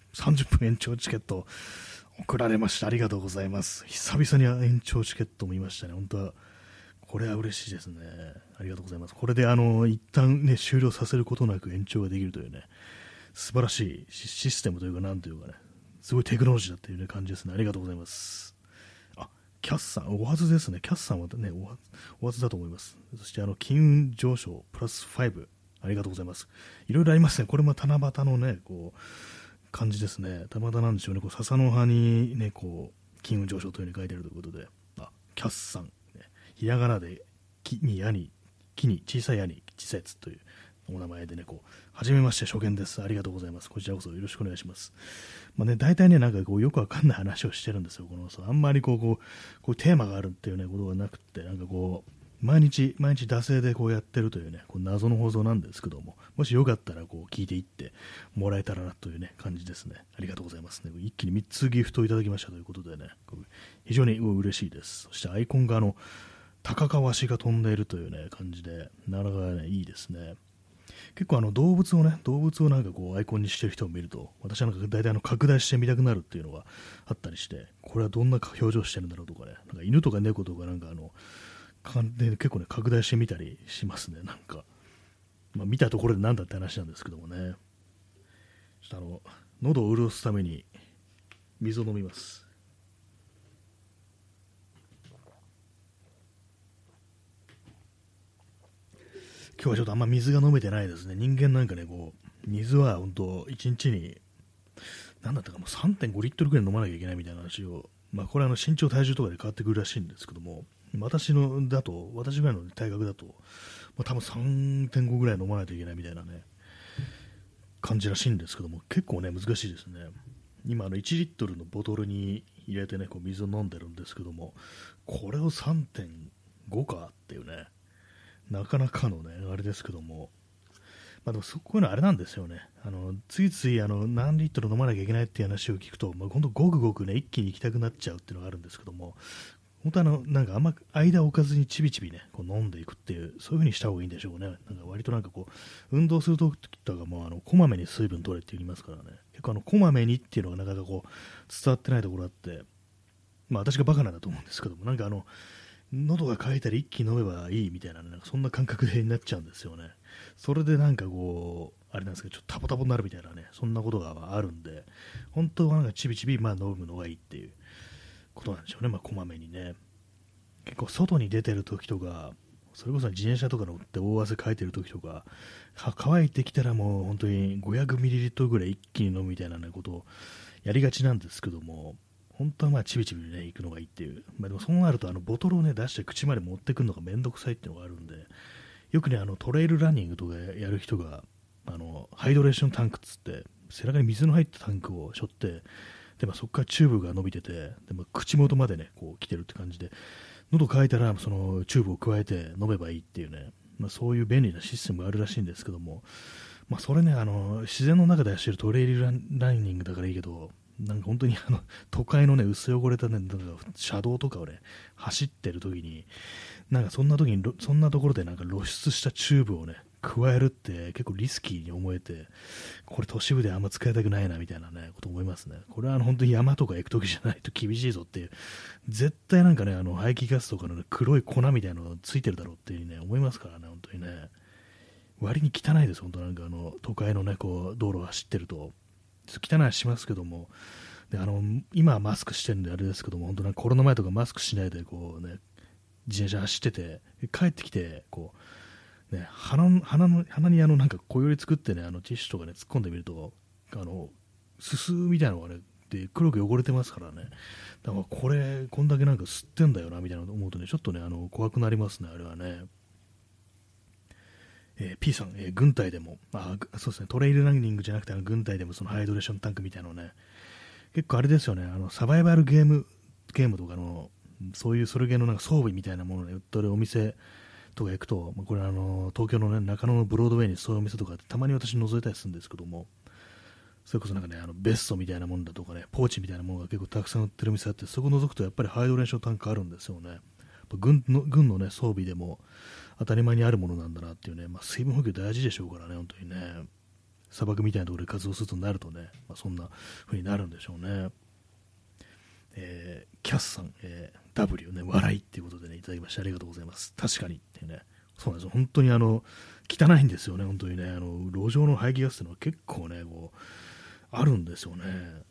30分延長チケット送られました。ありがとうございます。久々に延長チケットも見ましたね。本当は、これは嬉しいですね。ありがとうございます。これで一旦ね、終了させることなく延長ができるというね、素晴らしいシステムというか、なんというかね、すごいテクノロジーだっていう、ね、感じですね。ありがとうございます。キャッさん、お初ですね。キャッさんはね、お初だと思います。そして金運上昇プラス5、ありがとうございます。いろいろありますね。これも七夕のね、感じですね。七夕なんでしょうね。笹の葉にね、金運上昇というふうに書いてあるということで、キャッさん、ね、ひらがなで木に小さい矢に小さいつというお名前でね、はじめまして初見です。ありがとうございます。こちらこそよろしくお願いします。大体ね、なんかよくわかんない話をしてるんですよ。あんまりテーマがあるっていうね、ことがなくて、なんか毎日惰性でやってるというね、謎の放送なんですけども、もしよかったら聞いていってもらえたらなというね、感じですね。ありがとうございますね。一気に3つギフトをいただきましたということでね、非常に嬉しいです。そしてアイコンが高川氏が飛んでいるというね、感じで、なかなかね、いいですね。結構動物をなんかアイコンにしてる人を見ると、私はなんか大体拡大してみたくなるっていうのがあったりして、これはどんな表情してるんだろうとかね、なんか犬とか猫とかなんかで結構ね、拡大してみたりしますね、なんか。見たところでなんだって話なんですけどもね。ちょっと喉を潤すために水を飲みます。今日はちょっとあんま水が飲めてないですね。人間なんかね、水は本当1日に、なんだったかもう3.5リットルぐらい飲まなきゃいけないみたいな話を、これは身長体重とかで変わってくるらしいんですけども、私ぐらいの体格だと、多分3.5ぐらい飲まないといけないみたいなね、感じらしいんですけども、結構ね、難しいですね。今1リットルのボトルに入れてね、水を飲んでるんですけども、これを3.5かっていうね、なかなかのね、あれですけども、でもこういうのあれなんですよね。ついつい何リットル飲まなきゃいけないっていう話を聞くと、本当ごくごくね、一気に行きたくなっちゃうっていうのがあるんですけども、本当なんかあんま間を置かずにちびちびね、飲んでいくっていう、そういう風にした方がいいんでしょうね。なんか割となんか運動するときとかもこまめに水分取れって言いますからね。結構こまめにっていうのがなかなか伝わってないところあって、私がバカなんだと思うんですけども、なんか喉が渇いたら一気に飲めばいいみたいな、なんかそんな感覚でになっちゃうんですよね。それでなんかあれなんですけど、ちょっとタポタポになるみたいなね、そんなことがあるんで、本当はなんかちびちび飲むのがいいっていうことなんでしょうね。こまめにね。結構外に出てる時とか、それこそ自転車とか乗って大汗かいてる時とか、乾いてきたらもう本当に 500ml ぐらい一気に飲むみたいな、ね、ことをやりがちなんですけども、本当はちびちびね、行くのがいいっていう。でもそうなるとボトルをね、出して口まで持ってくるのがめんどくさいっていうのがあるんで、よくね、トレイルランニングとかやる人が、ハイドレーションタンクっつって、背中に水の入ったタンクを背負って、でそこからチューブが伸びてて、で口元までね、来てるって感じで、喉乾いたらそのチューブを加えて飲めばいいっていうね、 そういう便利なシステムがあるらしいんですけども、それね、自然の中で走るトレイルランニングだからいいけど、なんか本当に都会のね、薄汚れたね、なんか車道とかをね、走ってる時に、なんかそんな時に、そんなところでなんか露出したチューブをね、加えるって結構リスキーに思えて、これ都市部であんま使いたくないなみたいなね、こと思いますね。これは本当に山とか行く時じゃないと厳しいぞっていう、絶対なんかね、排気ガスとかの、ね、黒い粉みたいなのがついてるだろうっていうね、思いますからね、本当にね。割に汚いです、本当なんか都会のね、こう、道路を走ってると、汚いはしますけども、で今はマスクしてるんであれですけども、本当なんかコロナ前とかマスクしないでこうね、自転車走ってて、帰ってきて、こう、ね、鼻になんか小より作ってね、ティッシュとかね、突っ込んでみると、すすみたいなのがね、で黒く汚れてますからね、だからこんだけなんか吸ってんだよな、みたいなの思うとね、ちょっとね、怖くなりますね、あれはね。P さん、軍隊でも、そうですね、トレイルランニングじゃなくて、軍隊でもそのハイドレーションタンクみたいなのね、結構あれですよね、サバイバルゲームとかの、そういうそれ系のなんか装備みたいなものを売ってるお店とか行くと、これ東京の、ね、中野のブロードウェイにそういうお店とかたまに私覗いたりするんですけども、それこそなんかね、ベストみたいなものだとかね、ポーチみたいなものが結構たくさん売ってる店あって、そこ覗くとやっぱりハイドレーションタンクあるんですよね。軍のね、装備でも当たり前にあるものなんだなっていうね、水分補給大事でしょうからね、本当にね、砂漠みたいなところで活動するとなるとね、そんな風になるんでしょうね。キャスさん、W ね、笑いっていうことでね、いただきましてありがとうございます。確かにっていうね、そうなんですよ、本当に汚いんですよね、本当にね、路上の排気ガスっていうのは結構ね、こう、あるんですよね。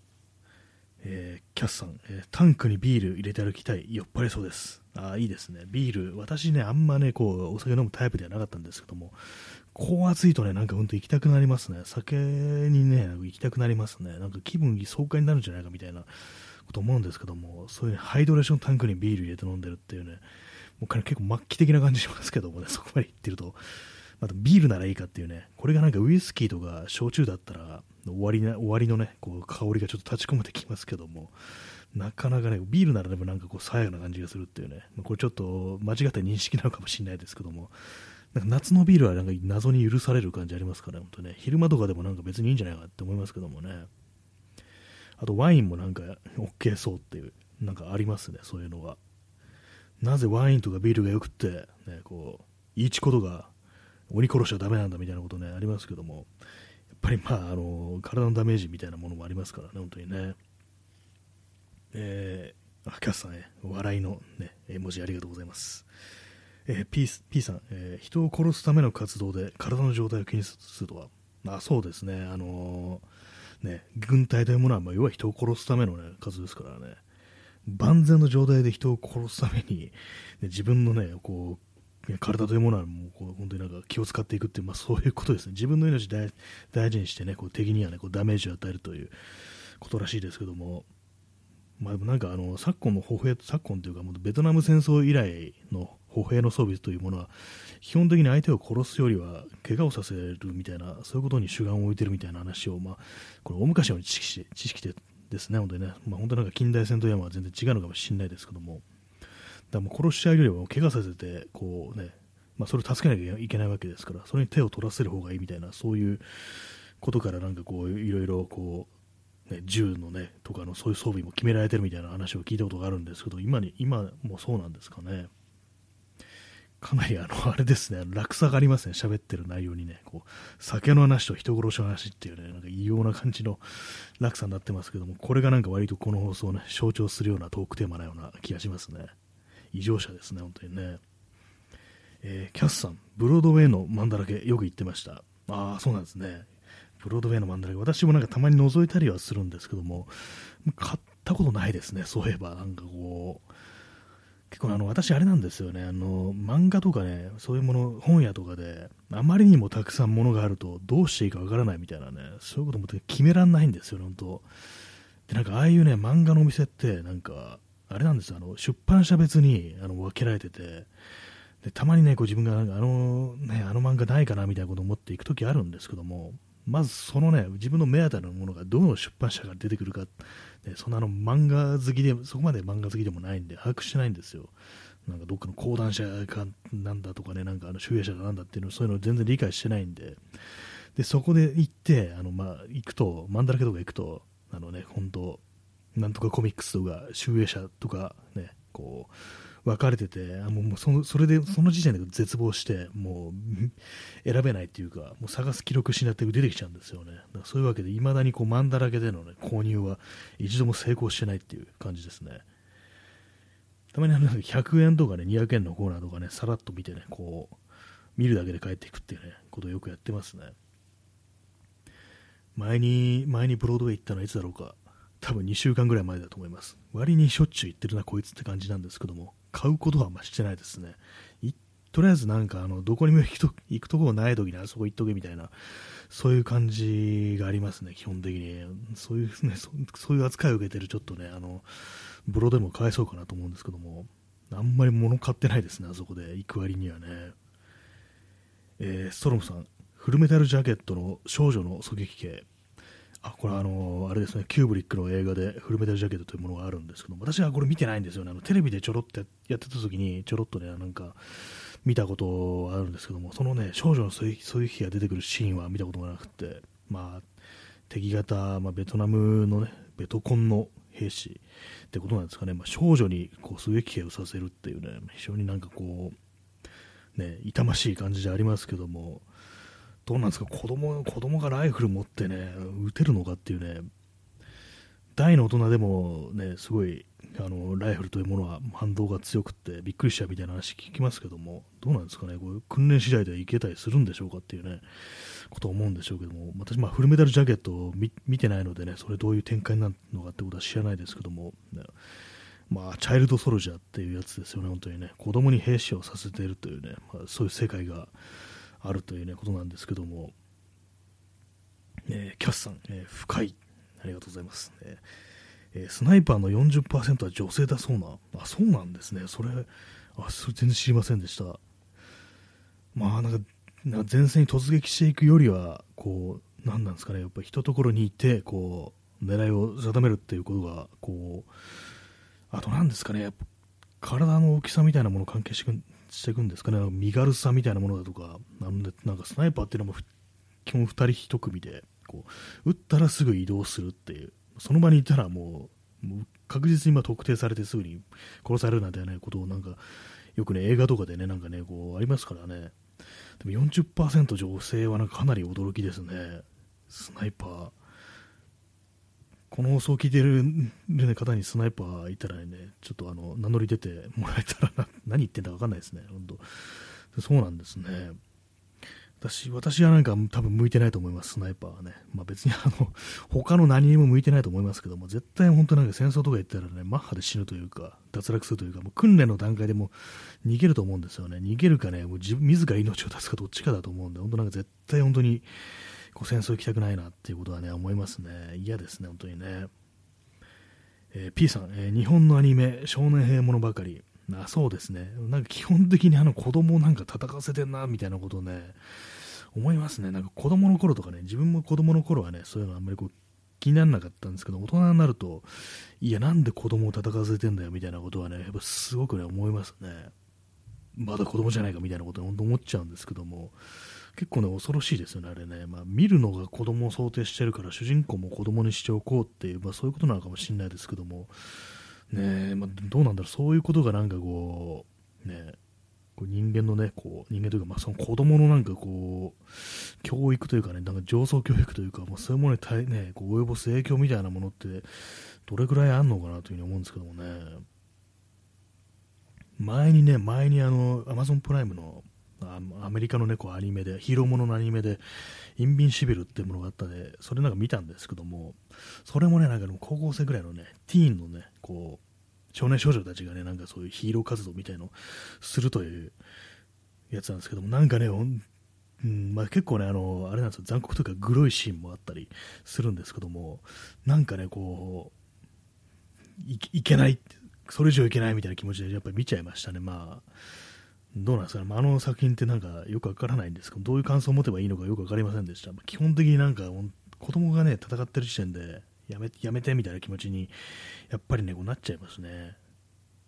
キャスさん、タンクにビール入れて歩きたい、酔っ払いそうです。いいですね、ビール、私ね、あんまね、こう、お酒飲むタイプではなかったんですけども、こう暑いとね、なんか本当行きたくなりますね。酒にね、行きたくなりますね。なんか気分爽快になるんじゃないかみたいなこと思うんですけども、そういう、ね、ハイドレーションタンクにビール入れて飲んでるっていうね、もう結構末期的な感じしますけどもね、そこまで行ってると、またビールならいいかっていうね、これがなんかウイスキーとか焼酎だったら、終わりのね、こう香りがちょっと立ち込めてきますけども、なかなかね、ビールならでもなんかこう爽やかな感じがするっていうね、これちょっと間違った認識なのかもしれないですけども、なんか夏のビールはなんか謎に許される感じありますからね、本当ね、昼間とかでもなんか別にいいんじゃないかって思いますけどもね。あとワインもなんか OK そうっていう、なんかありますね、そういうのは。なぜワインとかビールがよくって、ね、こう、いいちことが鬼殺しちゃダメなんだみたいなことね、ありますけども、やっぱり体のダメージみたいなものもありますからね、本当にね。キャスさん笑いのね、絵文字ありがとうございます。P さん、人を殺すための活動で体の状態を気にするとは、そうですね、ね、軍隊というものは、要は人を殺すための、ね、活動ですからね、万全の状態で人を殺すために、ね、自分のね、こう、体というものはもうこう本当になんか気を使っていくっていう、そういうことですね。自分の命大事にしてね、こう敵にはね、こうダメージを与えるということらしいですけども、でもなんか昨今というかもうベトナム戦争以来の歩兵の装備というものは基本的に相手を殺すよりは怪我をさせるみたいな、そういうことに主眼を置いてるみたいな話を、これ大昔の知識でですね、本当にね、本当なんか近代戦というのは全然違うのかもしれないですけども、だからもう殺しちゃうよりは怪我させてこうね、それを助けなきゃいけないわけですから、それに手を取らせる方がいいみたいな、そういうことからなんかこういろいろこう銃のねとかのそういう装備も決められてるみたいな話を聞いたことがあるんですけど、今もそうなんですかね。かなりあれですね、落差がありますね、喋ってる内容にね、こう酒の話と人殺しの話っていうね、なんか異様な感じの落差になってますけども、これがなんか割とこの放送をね象徴するようなトークテーマなような気がしますね。異常者ですね、本当にね。キャスさん、ブロードウェイのマンだらけよく言ってました。そうなんですね。ブロードウェイのマンだらけ、私もなんかたまに覗いたりはするんですけども、買ったことないですね、そういえば。なんかこう、結構私あれなんですよね、漫画とかね、そういうもの、本屋とかで、あまりにもたくさんものがあると、どうしていいかわからないみたいなね、そういうことも決めらんないんですよね、本当。で、なんかああいうね、漫画のお店って、なんか、あれなんですよ、出版社別に分けられてて、でたまにね、こう自分がなんかあの漫画ないかなみたいなことを思っていくときあるんですけども、まずそのね、自分の目当たりのものがどの出版社から出てくるか、そんな漫画好きで、そこまで漫画好きでもないんで、把握してないんですよ。 なんかどっかの講談社かなんだとかね、なんか集英社かなんだっていうの、そういうの全然理解してないんで、でそこで行って、行くと、マンだらけとか行くと、本当、なんとかコミックスとか、集英社とかね、こう、分かれてて、それで、その時点で絶望して、もう、選べないっていうか、もう探す記録しなって出てきちゃうんですよね。だからそういうわけで、いまだにこう、マンだらけでの、ね、購入は一度も成功してないっていう感じですね。たまに100円とかね、200円のコーナーとかね、さらっと見てね、こう、見るだけで帰っていくっていうね、ことをよくやってますね。前にブロードウェイ行ったのはいつだろうか。多分2週間ぐらい前だと思います。割にしょっちゅう行ってるな、こいつって感じなんですけども、買うことはあんましてないですね。とりあえずなんか、どこにも行くところない時にあそこ行っとけみたいな、そういう感じがありますね、基本的に。そういうね、そういう扱いを受けてるちょっとね、ブロでもかわいそうかなと思うんですけども、あんまり物買ってないですね、あそこで行く割にはね。ストロムさん、フルメタルジャケットの少女の狙撃系。これあれですね、キューブリックの映画でフルメタルジャケットというものがあるんですけども、私はこれ見てないんですよね。テレビでちょろっとやってた時にちょろっとね、なんか見たことあるんですけども、そのね、少女の狙撃が出てくるシーンは見たことがなくて、敵型、ベトナムのね、ベトコンの兵士ってことなんですかね。少女にこう狙撃兵をさせるっていうね、非常になんかこうね、痛ましい感じでありますけども、どうなんですか、子供がライフル持ってね、撃てるのかっていうね、大の大人でもね、すごいライフルというものは反動が強くってびっくりしちゃうみたいな話聞きますけども、どうなんですかね、こう訓練次第でいけたりするんでしょうかっていうね、ことを思うんでしょうけども、私、フルメタルジャケットを見てないのでね、それどういう展開になるのかってことは知らないですけども、ね、チャイルドソルジャーっていうやつですよね、本当にね、子供に兵士をさせているというね、そういう世界があるという、ね、ことなんですけども、キャスさん、深い、ありがとうございます、スナイパーの 40% は女性だそうな、そうなんですね、それ全然知りませんでした。なんか前線に突撃していくよりは、こう、なんなんですかね、やっぱり一ところにいて、こう、狙いを定めるっていうことが、こう、あとなんですかね、やっぱ体の大きさみたいなものを関係していくんですかね、身軽さみたいなものだとか、なんかスナイパーっていうのも基本2人1組で、こう撃ったらすぐ移動するっていう、その場にいたらもう確実に特定されてすぐに殺されるなんてね、ことをなんかよくね、映画とかでね、なんかね、こうありますからね。でも 40% 女性はなんかかなり驚きですね、スナイパー。この放送を聞いている、ね、方にスナイパーいたらね、ちょっと名乗り出てもらえたら何言ってんだか分かんないですね、本当。そうなんですね。私はなんか多分向いてないと思います、スナイパーはね。別に他の何にも向いてないと思いますけども、絶対本当なんか戦争とか言ったらね、マッハで死ぬというか、脱落するというか、もう訓練の段階でも逃げると思うんですよね。逃げるかね、もう自ら命を絶つかどっちかだと思うんで、本当なんか絶対本当にこう戦争行きたくないなっていうことはね、思いますね。嫌ですね、本当にね。P さん、日本のアニメ、少年兵ものばかり。そうですね。なんか基本的に子供をなんか戦わせてんな、みたいなことをね、思いますね。なんか子供の頃とかね、自分も子供の頃はね、そういうのあんまりこう気にならなかったんですけど、大人になると、いや、なんで子供を戦わせてんだよ、みたいなことはね、やっぱすごくね、思いますね。まだ子供じゃないか、みたいなことを本当思っちゃうんですけども、結構ね、恐ろしいですよね、あれね。見るのが子供を想定してるから、主人公も子供にしておこうっていう、そういうことなのかもしれないですけども、ね、どうなんだろう、そういうことがなんかこう、ね、こう人間のね、こう人間というか、その子供のなんかこう、教育というかね、なんか上層教育というか、そういうものにね、こう及ぼす影響みたいなものって、どれくらいあるのかなというふうに思うんですけどもね。前にAmazon プライムのアメリカのね、こうアニメで、ヒーローもののアニメで、インビンシビルっていうものがあったんで、それなんか見たんですけども、それもね、なんか高校生ぐらいのね、ティーンのね、こう、少年少女たちがね、なんかそういうヒーロー活動みたいのをするというやつなんですけども、なんかね、結構ね、あれなんですよ、残酷というか、グロいシーンもあったりするんですけども、なんかね、こう、いけない、それ以上いけないみたいな気持ちでやっぱり見ちゃいましたね。どうなんですかね、あの作品ってなんかよくわからないんですけど、どういう感想を持てばいいのかよくわかりませんでした。基本的になんか子供がね、戦ってる時点でやめてみたいな気持ちにやっぱりね、こうなっちゃいますね。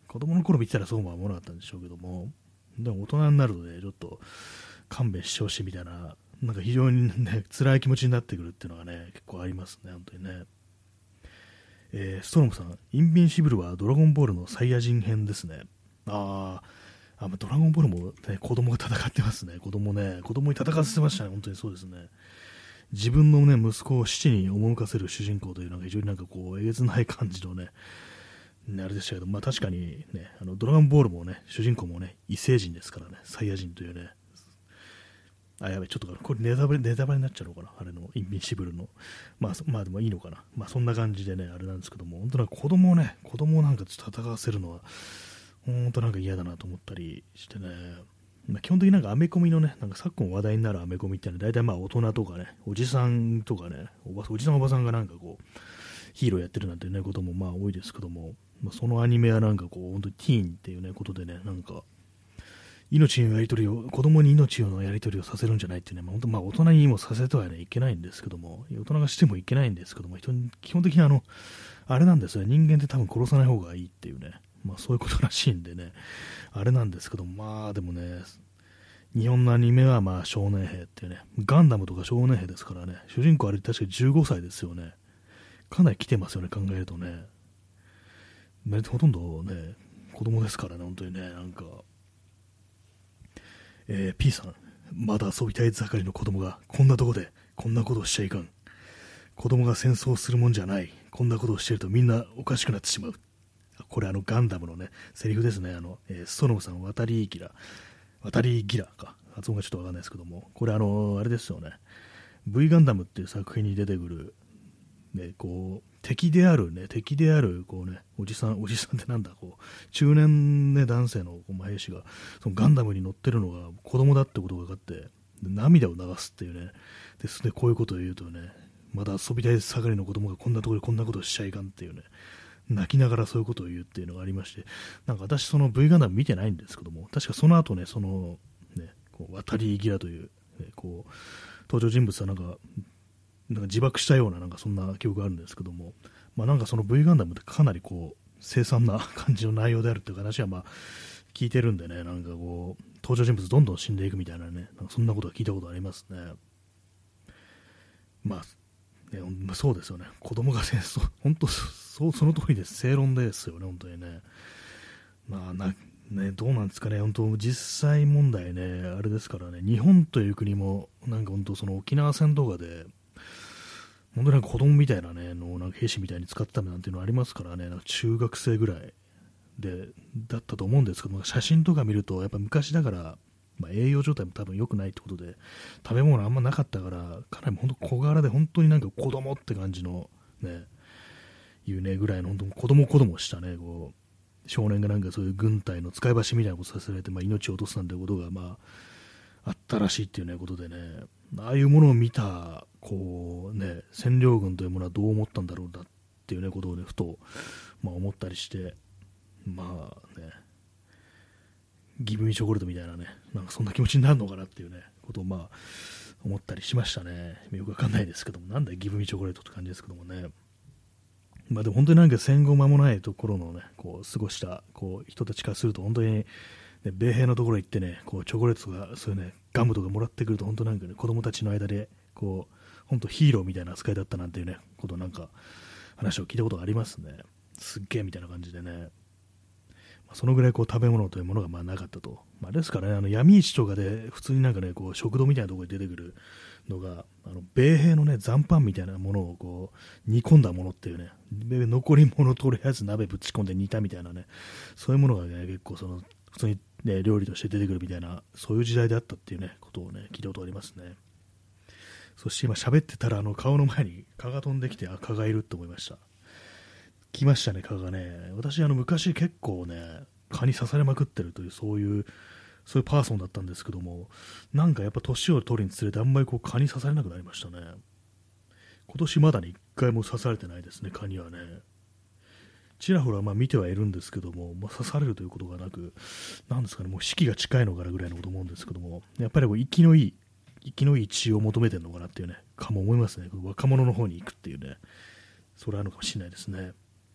子供の頃見てたらそうは思わなかったんでしょうけども、でも大人になるとね、ちょっと勘弁してほしいみたいな、なんか非常にね、辛い気持ちになってくるっていうのがね、結構ありますね、本当にね。ストロムさん、インビンシブルはドラゴンボールのサイヤ人編ですね。ドラゴンボールも、ね、子供が戦ってますね。子供に戦わせてましたね。本当にそうですね。自分のね、息子を死地に赴かせる主人公というのが非常になんかこう、えげつない感じのね、あれでしたけど、まあ確かにね、ドラゴンボールもね、主人公もね、異星人ですからね、サイヤ人というね、やべ、ちょっとこれネタバレになっちゃうのかな、あれのインビンシブルの。まあでもいいのかな。まあそんな感じでね、あれなんですけども、本当なんか子供をなんか戦わせるのは、本当なんか嫌だなと思ったりしてね、まあ、基本的になんかアメコミのね、なんか昨今話題になるアメコミってのは大体まあ大人とかね、おじさんとかね、おじさんおばさんがなんかこう、ヒーローやってるなんてね、こともまあ多いですけども、まあ、そのアニメはなんかこう、本当にティーンっていうね、ことでね、なんか、命のやり取りを、子供に命のやり取りをさせるんじゃないっていうね、まあ、本当まあ大人にもさせてはね、いけないんですけども、大人がしてもいけないんですけども、基本的にあれなんですよね、人間って多分殺さない方がいいっていうね、まあそういうことらしいんでね、あれなんですけども、まあでもね、日本のアニメはまあ少年兵っていうね、ガンダムとか少年兵ですからね、主人公あれ確か15歳ですよね。かなり来てますよね、考えるとね。ほとんどね、子供ですからね、本当にね、なんか、P さん、まだ遊びたい盛りの子供がこんなとこでこんなことをしちゃいかん。子供が戦争するもんじゃない。こんなことをしてるとみんなおかしくなってしまう。これガンダムのね、セリフですね。ストロムさん、渡りギラか。発音がちょっとわかんないですけども、これあれですよね。V ガンダムっていう作品に出てくる、ね、こう、敵である、こうね、おじさんってなんだ、こう、中年ね、男性の兵士が、そのガンダムに乗ってるのが子供だってことが分かって、涙を流すっていうね、で、こういうことを言うとね、まだ遊びたい盛りの子供がこんなところでこんなことをしちゃいかんっていうね、泣きながらそういうことを言うっていうのがありまして、なんか私その V ガンダム見てないんですけども、確かその後ね、こう渡りギラという、ね、こう、登場人物はなんか自爆したような、なんかそんな記憶があるんですけども、まあなんかその V ガンダムってかなりこう、凄惨な感じの内容であるっていう話はまあ聞いてるんでね、なんかこう、登場人物どんどん死んでいくみたいなね、なんかそんなことは聞いたことありますね。まあ、ね、そうですよね。子供が戦争、本当その通りです。正論ですよね、本当にね。まあね、どうなんですかね、本当、実際問題ね、あれですからね、日本という国も、なんか本当、その沖縄戦とかで、本当になんか子供みたいなね、なんか兵士みたいに使ってたなんていうのありますからね、なんか中学生ぐらいだったと思うんですけど、写真とか見ると、やっぱ昔だから、まあ、栄養状態も多分良くないってことで、食べ物あんまなかったから、かなり本当小柄で、本当になんか子供って感じの、ね、いうね、ぐらいの、本当子供したね、こう、少年がなんかそういう軍隊の使い走りみたいなことさせられて、まあ、命を落とすなんてことが、まあ、あったらしいっていうね、ことでね、ああいうものを見た、こうね、占領軍というものはどう思ったんだろうなっていうね、ことをね、ふと、まあ、思ったりして、まあね、ギブミチョコレートみたいなね、なんかそんな気持ちになるのかなっていうね、ことをまあ、思ったりしましたね。よくわかんないですけども、なんだよギブミチョコレートって感じですけどもね。まあでも本当になんか戦後間もないところのね、こう過ごしたこう人たちからすると本当に、ね、米兵のところ行ってね、こうチョコレートとかそういうね、ガムとかもらってくると本当なんかね、子供たちの間でこう本当ヒーローみたいな扱いだったなんていうね、ことなんか話を聞いたことがありますね。すっげえみたいな感じでね。そのぐらいこう食べ物というものがまあなかったと。まあ、ですからね、闇市とかで普通になんかね、こう食堂みたいなところに出てくるのが、米兵のね、残飯みたいなものをこう煮込んだものっていうね、残り物とりあえず鍋ぶち込んで煮たみたいなね、そういうものがね、結構普通に、ね、料理として出てくるみたいな、そういう時代であったっていうね、ことをね、聞いたことありますね。そして今喋ってたら顔の前に蚊が飛んできて、蚊がいるって思いました。来ましたね、蚊がね。私、昔結構ね、蚊に刺されまくってるという、そういうパーソンだったんですけども、なんかやっぱ年を取るにつれてあんまりこう蚊に刺されなくなりましたね。今年まだに1回も刺されてないですね、蚊にはね。ちらほらまあ見てはいるんですけども、まあ、刺されるということがなく、なんですかね、もう死期が近いのかなぐらいのこと思うんですけども、やっぱりこう生きのいい血を求めてるのかなっていうね、蚊も思いますね。若者の方に行くっていうね、それあるのかもしれないですね。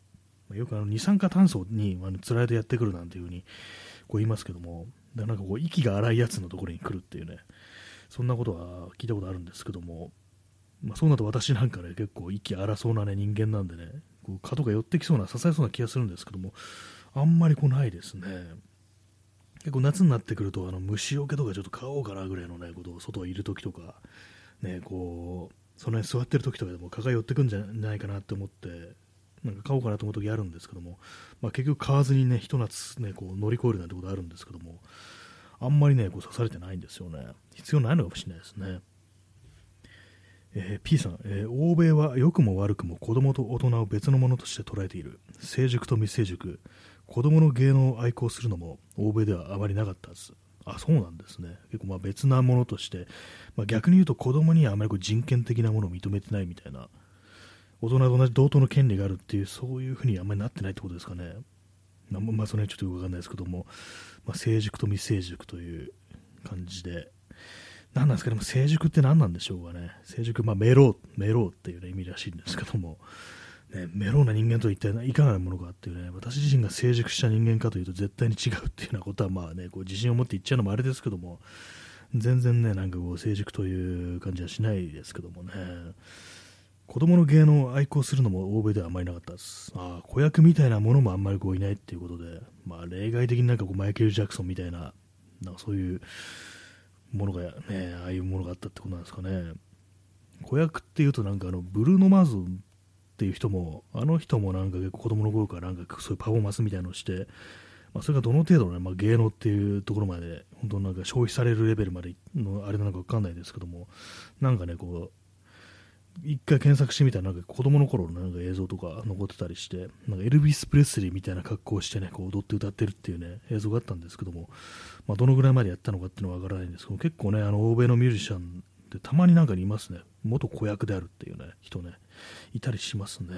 よく二酸化炭素につられてやってくるなんていうふうにこう言いますけども、だからなんかこう息が荒いやつのところに来るっていうね、そんなことは聞いたことあるんですけども、そうなると私なんかね、結構息荒そうな、ね、人間なんでね、こう蚊とか寄ってきそうな、刺されそうな気がするんですけども、あんまりこうないですね。結構夏になってくると虫除けとかちょっと買おうかなぐらいのね、ことを外にいるときとか、ね、こうその辺座ってるときとかでも蚊が寄ってくんじゃないかなって思って、なんか買おうかなと思うときあるんですけども、結局買わずにね、ひと夏ね、こう乗り越えるなんてことあるんですけども、あんまりね、こう刺されてないんですよね。必要ないのかもしれないですね。P さん、欧米は良くも悪くも子供と大人を別のものとして捉えている。成熟と未成熟、子供の芸能を愛好するのも欧米ではあまりなかったはず。あ、そうなんですね。結構別なものとして、逆に言うと子供にはあまりこう人権的なものを認めてないみたいな、大人と同じ同等の権利があるっていう、そういうふうにあんまりなってないってことですかね。その辺ちょっとよくわかんないですけども、成熟と未成熟という感じで、何なんですかね、成熟って何なんでしょうかね。成熟、メローっていう、ね、意味らしいんですけども、ね、メローな人間とは一体いかがなものかっていうね、私自身が成熟した人間かというと絶対に違うっていうようなことはこう自信を持って言っちゃうのもあれですけども、全然ね、なんかこう成熟という感じはしないですけどもね。子供の芸能を愛好するのも欧米ではあまりなかったです。子役みたいなものもあんまりこういないっていうことで、例外的になんかこうマイケル・ジャクソンみたいな、なんかそういうものがね、ああいうものがあったってことなんですかね。子役っていうとなんかブルーノ・マーズっていう人も、あの人もなんか結構子供の頃からなんかそういうパフォーマンスみたいなのをして、それがどの程度の、ね、芸能っていうところまで本当なんか消費されるレベルまでのあれなのか分かんないですけども、なんかねこう一回検索してみたらなんか子供の頃のなんか映像とか残ってたりして、なんかエルビス・プレスリーみたいな格好をしてねこう踊って歌ってるっていうね映像があったんですけども、どのぐらいまでやったのかっていうのは分からないんですけど、結構ね欧米のミュージシャンってたまになんかにいますね。元子役であるっていうね人ねいたりしますね。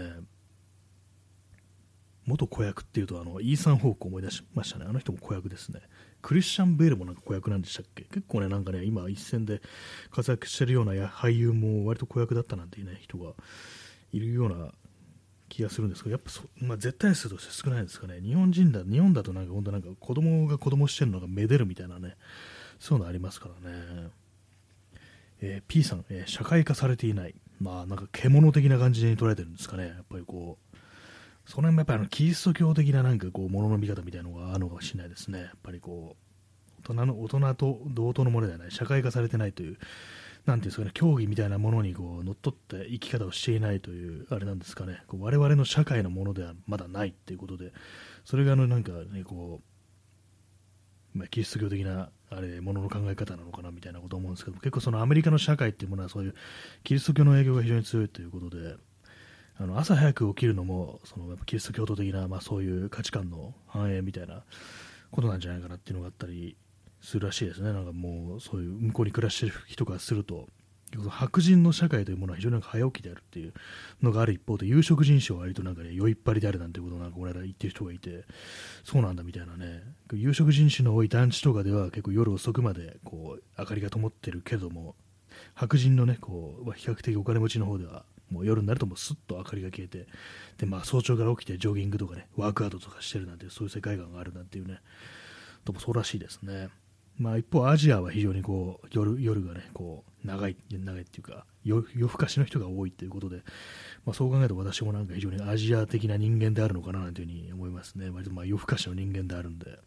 元子役っていうとイーサン・ホークを思い出しましたね。あの人も子役ですね。クリスチャン・ベールもなんか子役なんでしたっけ。結構ねなんかね今一線で活躍してるような俳優も割と子役だったなんていうね人がいるような気がするんですけど、やっぱ絶対数として少ないですかね。日本だとなんか本当なんか子供が子供してるのがめでるみたいなね、そういうのありますからね。P さん、社会化されていない。なんか獣的な感じに捉えてるんですかね。やっぱりこうその辺もやっぱりキリスト教的ななんかこう物の見方みたいなのがあるのかもしれないですね。やっぱりこう大人と同等のものではない、社会化されてないという、なんていうんですかね、教義みたいなものにこう乗っ取って生き方をしていないというあれなんですかね。こう我々の社会のものではまだないっていうことで、それがなんかねこう、キリスト教的なあれものの考え方なのかなみたいなことを思うんですけど、結構そのアメリカの社会っていうものはそういうキリスト教の影響が非常に強いということで。朝早く起きるのもやっぱキリスト教徒的な、そういう価値観の反映みたいなことなんじゃないかなっていうのがあったりするらしいですね。なんかもうそういう向こうに暮らしてる人からすると白人の社会というものは非常になんか早起きであるっていうのがある一方で、有色人種は割となんかね酔いっぱりであるなんてことをなんか俺ら言ってる人がいて、そうなんだみたいなね。有色人種の多い団地とかでは結構夜遅くまでこう明かりが灯ってるけども、白人のねこう比較的お金持ちの方ではもう夜になるともうスッと明かりが消えて、で早朝から起きてジョギングとかねワークアウトとかしてるなんて、そういう世界観があるなんていうねともそうらしいですね。一方アジアは非常にこう夜がねこう長いっていうか夜更かしの人が多いということで、そう考えると私もなんか非常にアジア的な人間であるのかななんていうふうに思いますね。割と夜更かしの人間であるんで。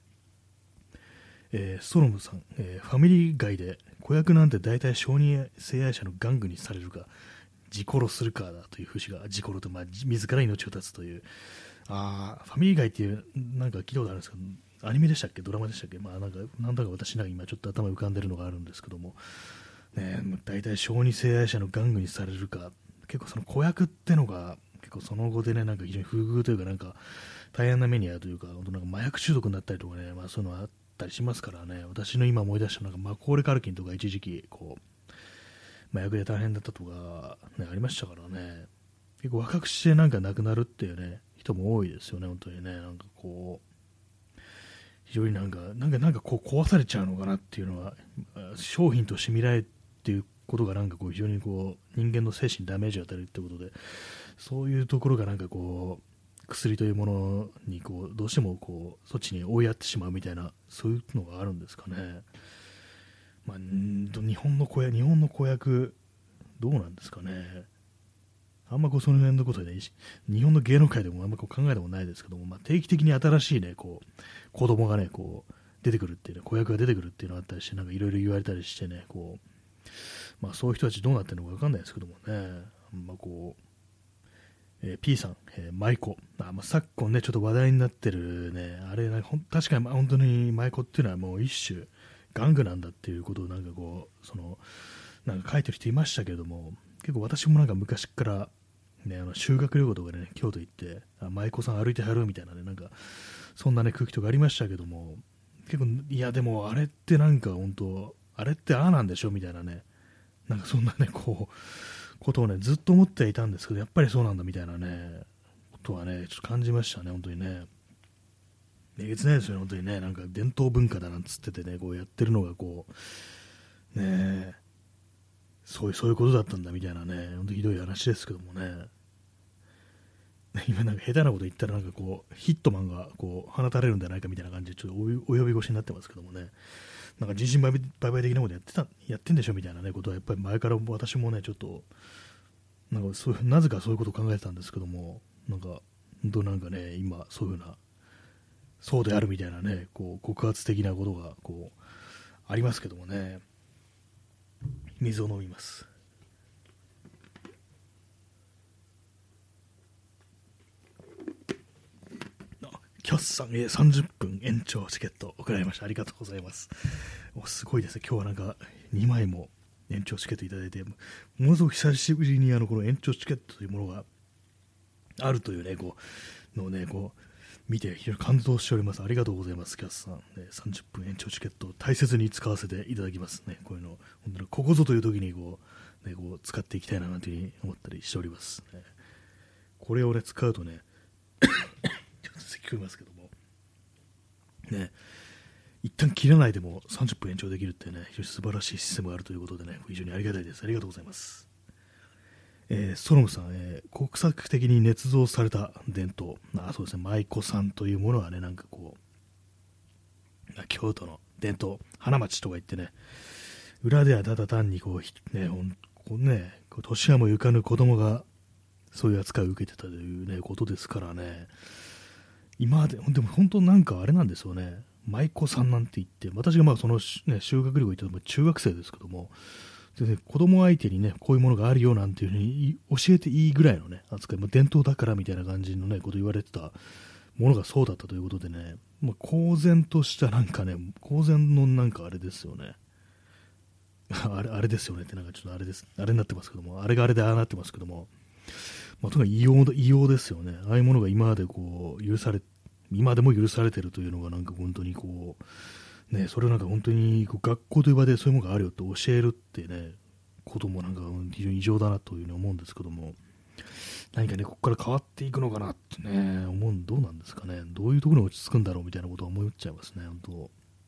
ストロムさん、ファミリー街で子役なんて大体小児性愛者の玩具にされるか自殺するかだという節が、自殺と自ら命を絶つという、ファミリー街っていうなんか聞いたことあるんですけど、アニメでしたっけドラマでしたっけ、なんだか私なんか今ちょっと頭浮かんでるのがあるんですけども、大体小児性愛者の玩具にされるか、結構その子役ってのが結構その後でねなんか非常に不遇というかなんか大変な目に遭うというか、本当なんか麻薬中毒になったりとかね、そういうのはあったりしますからね。私の今思い出したなんかマコーレ・カルキンとか一時期こう麻薬で大変だったとか、ね、ありましたからね。結構若くしてなんか亡くなるっていうね人も多いですよね。本当にねなんかこう非常になんかこう壊されちゃうのかなっていうのは、商品として見られるっていうことがなんかこう非常にこう人間の精神にダメージを与えるってことで、そういうところがなんかこう薬というものにこうどうしてもこうそっちに追いやってしまうみたいな、そういうのがあるんですかね。まあ、日本の子役どうなんですかね。あんまこうその辺のことで、ね、日本の芸能界でもあんまこう考えたことないですけども、まあ、定期的に新しいねこう子供がねこう出てくるっていうね、子役が出てくるっていうのがあったりして、なんかいろいろ言われたりしてね、こうまあそういう人たちどうなってるのかわかんないですけどもね、まあこう、P さん、舞妓、昨今ねちょっと話題になってるね、あれ確かに本当に舞妓っていうのはもう一種玩具なんだっていうことをなんかこうなんか書いてる人いましたけれども、結構私もなんか昔からね、修学旅行とかでね、京都行って、舞妓さん歩いてはるみたいなね、なんか、そんなね、空気とかありましたけども、結構、いや、でも、あれってなんか、本当あれってああなんでしょみたいなね、なんかそんなね、ことをね、ずっと思っていたんですけど、やっぱりそうなんだみたいなね、ことはね、ちょっと感じましたね、本当にね。えげつないですよね、本当にね、なんか伝統文化だなんつっててね、こうやってるのが、こう、ねえ、そういうことだったんだみたいなね、本当ひどい話ですけどもね。今なんか下手なこと言ったらなんかこうヒットマンがこう放たれるんじゃないかみたいな感じでちょっとお呼び越しになってますけどもね、なんか人身売買的なことやってんでしょみたいなねことはやっぱり前から私もねちょっとなんかなぜかそういうことを考えてたんですけども、なんか本当なんかね今そういうふうなそうであるみたいなねこう告発的なことがこうありますけどもね。水を飲みます。キャスさん、30分延長チケット送られました。ありがとうございます。すごいですね。今日はなんか2枚も延長チケットいただいて、ものすごく久しぶりにこの延長チケットというものがあるというね、のをね、見て非常に感動しております。ありがとうございます、キャスさん。30分延長チケットを大切に使わせていただきますね。こういうの、本当にここぞという時に使っていきたいなというふうに思ったりしております。これをね、使うとね、聞こえますけどもね、一旦切らないでも30分延長できるってね、非常に素晴らしいシステムがあるということでね、非常にありがたいです。ありがとうございます。ソロムさん、国策的に捏造された伝統、そうですね、舞妓さんというものはね、なんか京都の伝統、花町とか言ってね、裏ではただ単に年はもゆかぬ子供がそういう扱いを受けてたというね、ことですからね、今でも本当なんかあれなんですよね、舞妓さんなんて言って、私がその、ね、修学旅行行った中学生ですけども、子供相手にね、こういうものがあるよなんていうふうに教えていいぐらいのね、扱い、伝統だからみたいな感じのね、こと言われてたものがそうだったということでね、公然としたなんかね、公然のなんかあれですよね。あれですよねってなんかちょっとあれになってますけども、あれがあれでああなってますけども、とにかく異様ですよね。ああいうものが今で今でも許されてるというのがなんか本当にね、それをなんか本当に学校という場でそういうものがあるよって教えるってね、こともなんか非常に異常だなというふうに思うんですけども、何かね、ここから変わっていくのかなってね、どうなんですかね、どういうところに落ち着くんだろうみたいなことは思いっちゃいますね、本当。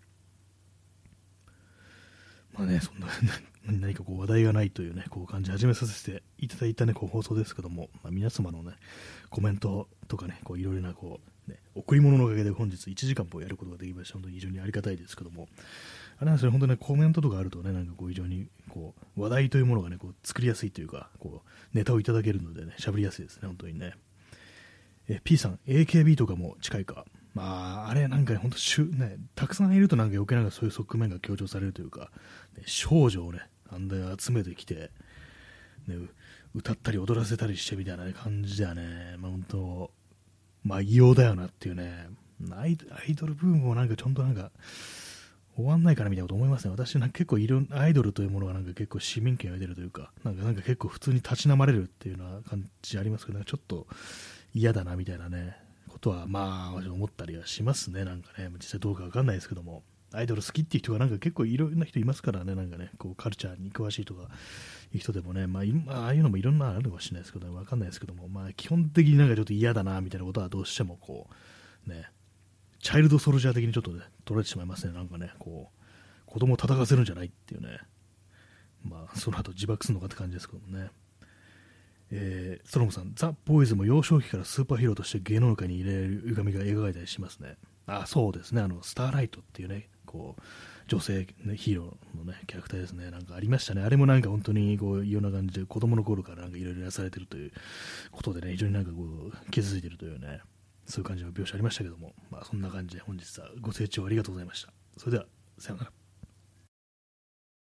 そんな何か話題がないというね、感じ始めさせていただいたね、放送ですけども、皆様のね、コメントとかね、いろいろな贈り物のおかげで本日1時間もやることができました。本当に非常にありがたいですけども、あれなんですよね、本当にね、コメントとかあるとね、なんか非常に話題というものがね、作りやすいというか、ネタをいただけるのでね、喋りやすいですね、本当にね。P さん、AKB とかも近いか。あれなんかね、本当ね、たくさんいるとなんか余計なんかそういう側面が強調されるというか、ね、少女をね、あんな集めてきて、ね、歌ったり踊らせたりしてみたいな、感じだよね。本当、異様だよなっていうね、アイドルブームもなんかちょっとなんか、終わんないかなみたいなこと思いますね。私なんか結構アイドルというものがなんか結構市民権が出るというか、なんか結構普通に立ち直れるっていうような感じありますけど、ちょっと嫌だなみたいなね、ことは思ったりはしますね。なんかね、実際どうかわかんないですけども、アイドル好きっていう人がなんか結構いろんな人いますからね、なんかね、カルチャーに詳しいとかいう人でもね、ああいうのもいろんなのあるかもしれないですけど、わかんないですけども、基本的になんかちょっと嫌だなみたいなことはどうしてもね、チャイルドソルジャー的にちょっとね、取られてしまいますね。なんかね、子供を戦わせるんじゃないっていうね、その後自爆するのかって感じですけどもね。 ストロムさん、ザ・ボーイズも幼少期からスーパーヒーローとして芸能界に入れる歪みが描かれたりしますね。そうですね、スターライトっていうね、こう、女性、ね、ヒーローのね、キャラクターですね、なんかありましたね。あれもなんか本当にこう、いろんな感じで、子供の頃からなんかいろいろやらされてるということでね、非常になんかこう、傷ついてるというね、そういう感じの描写ありましたけども、そんな感じで本日はご清聴ありがとうございました。それでは、さようなら。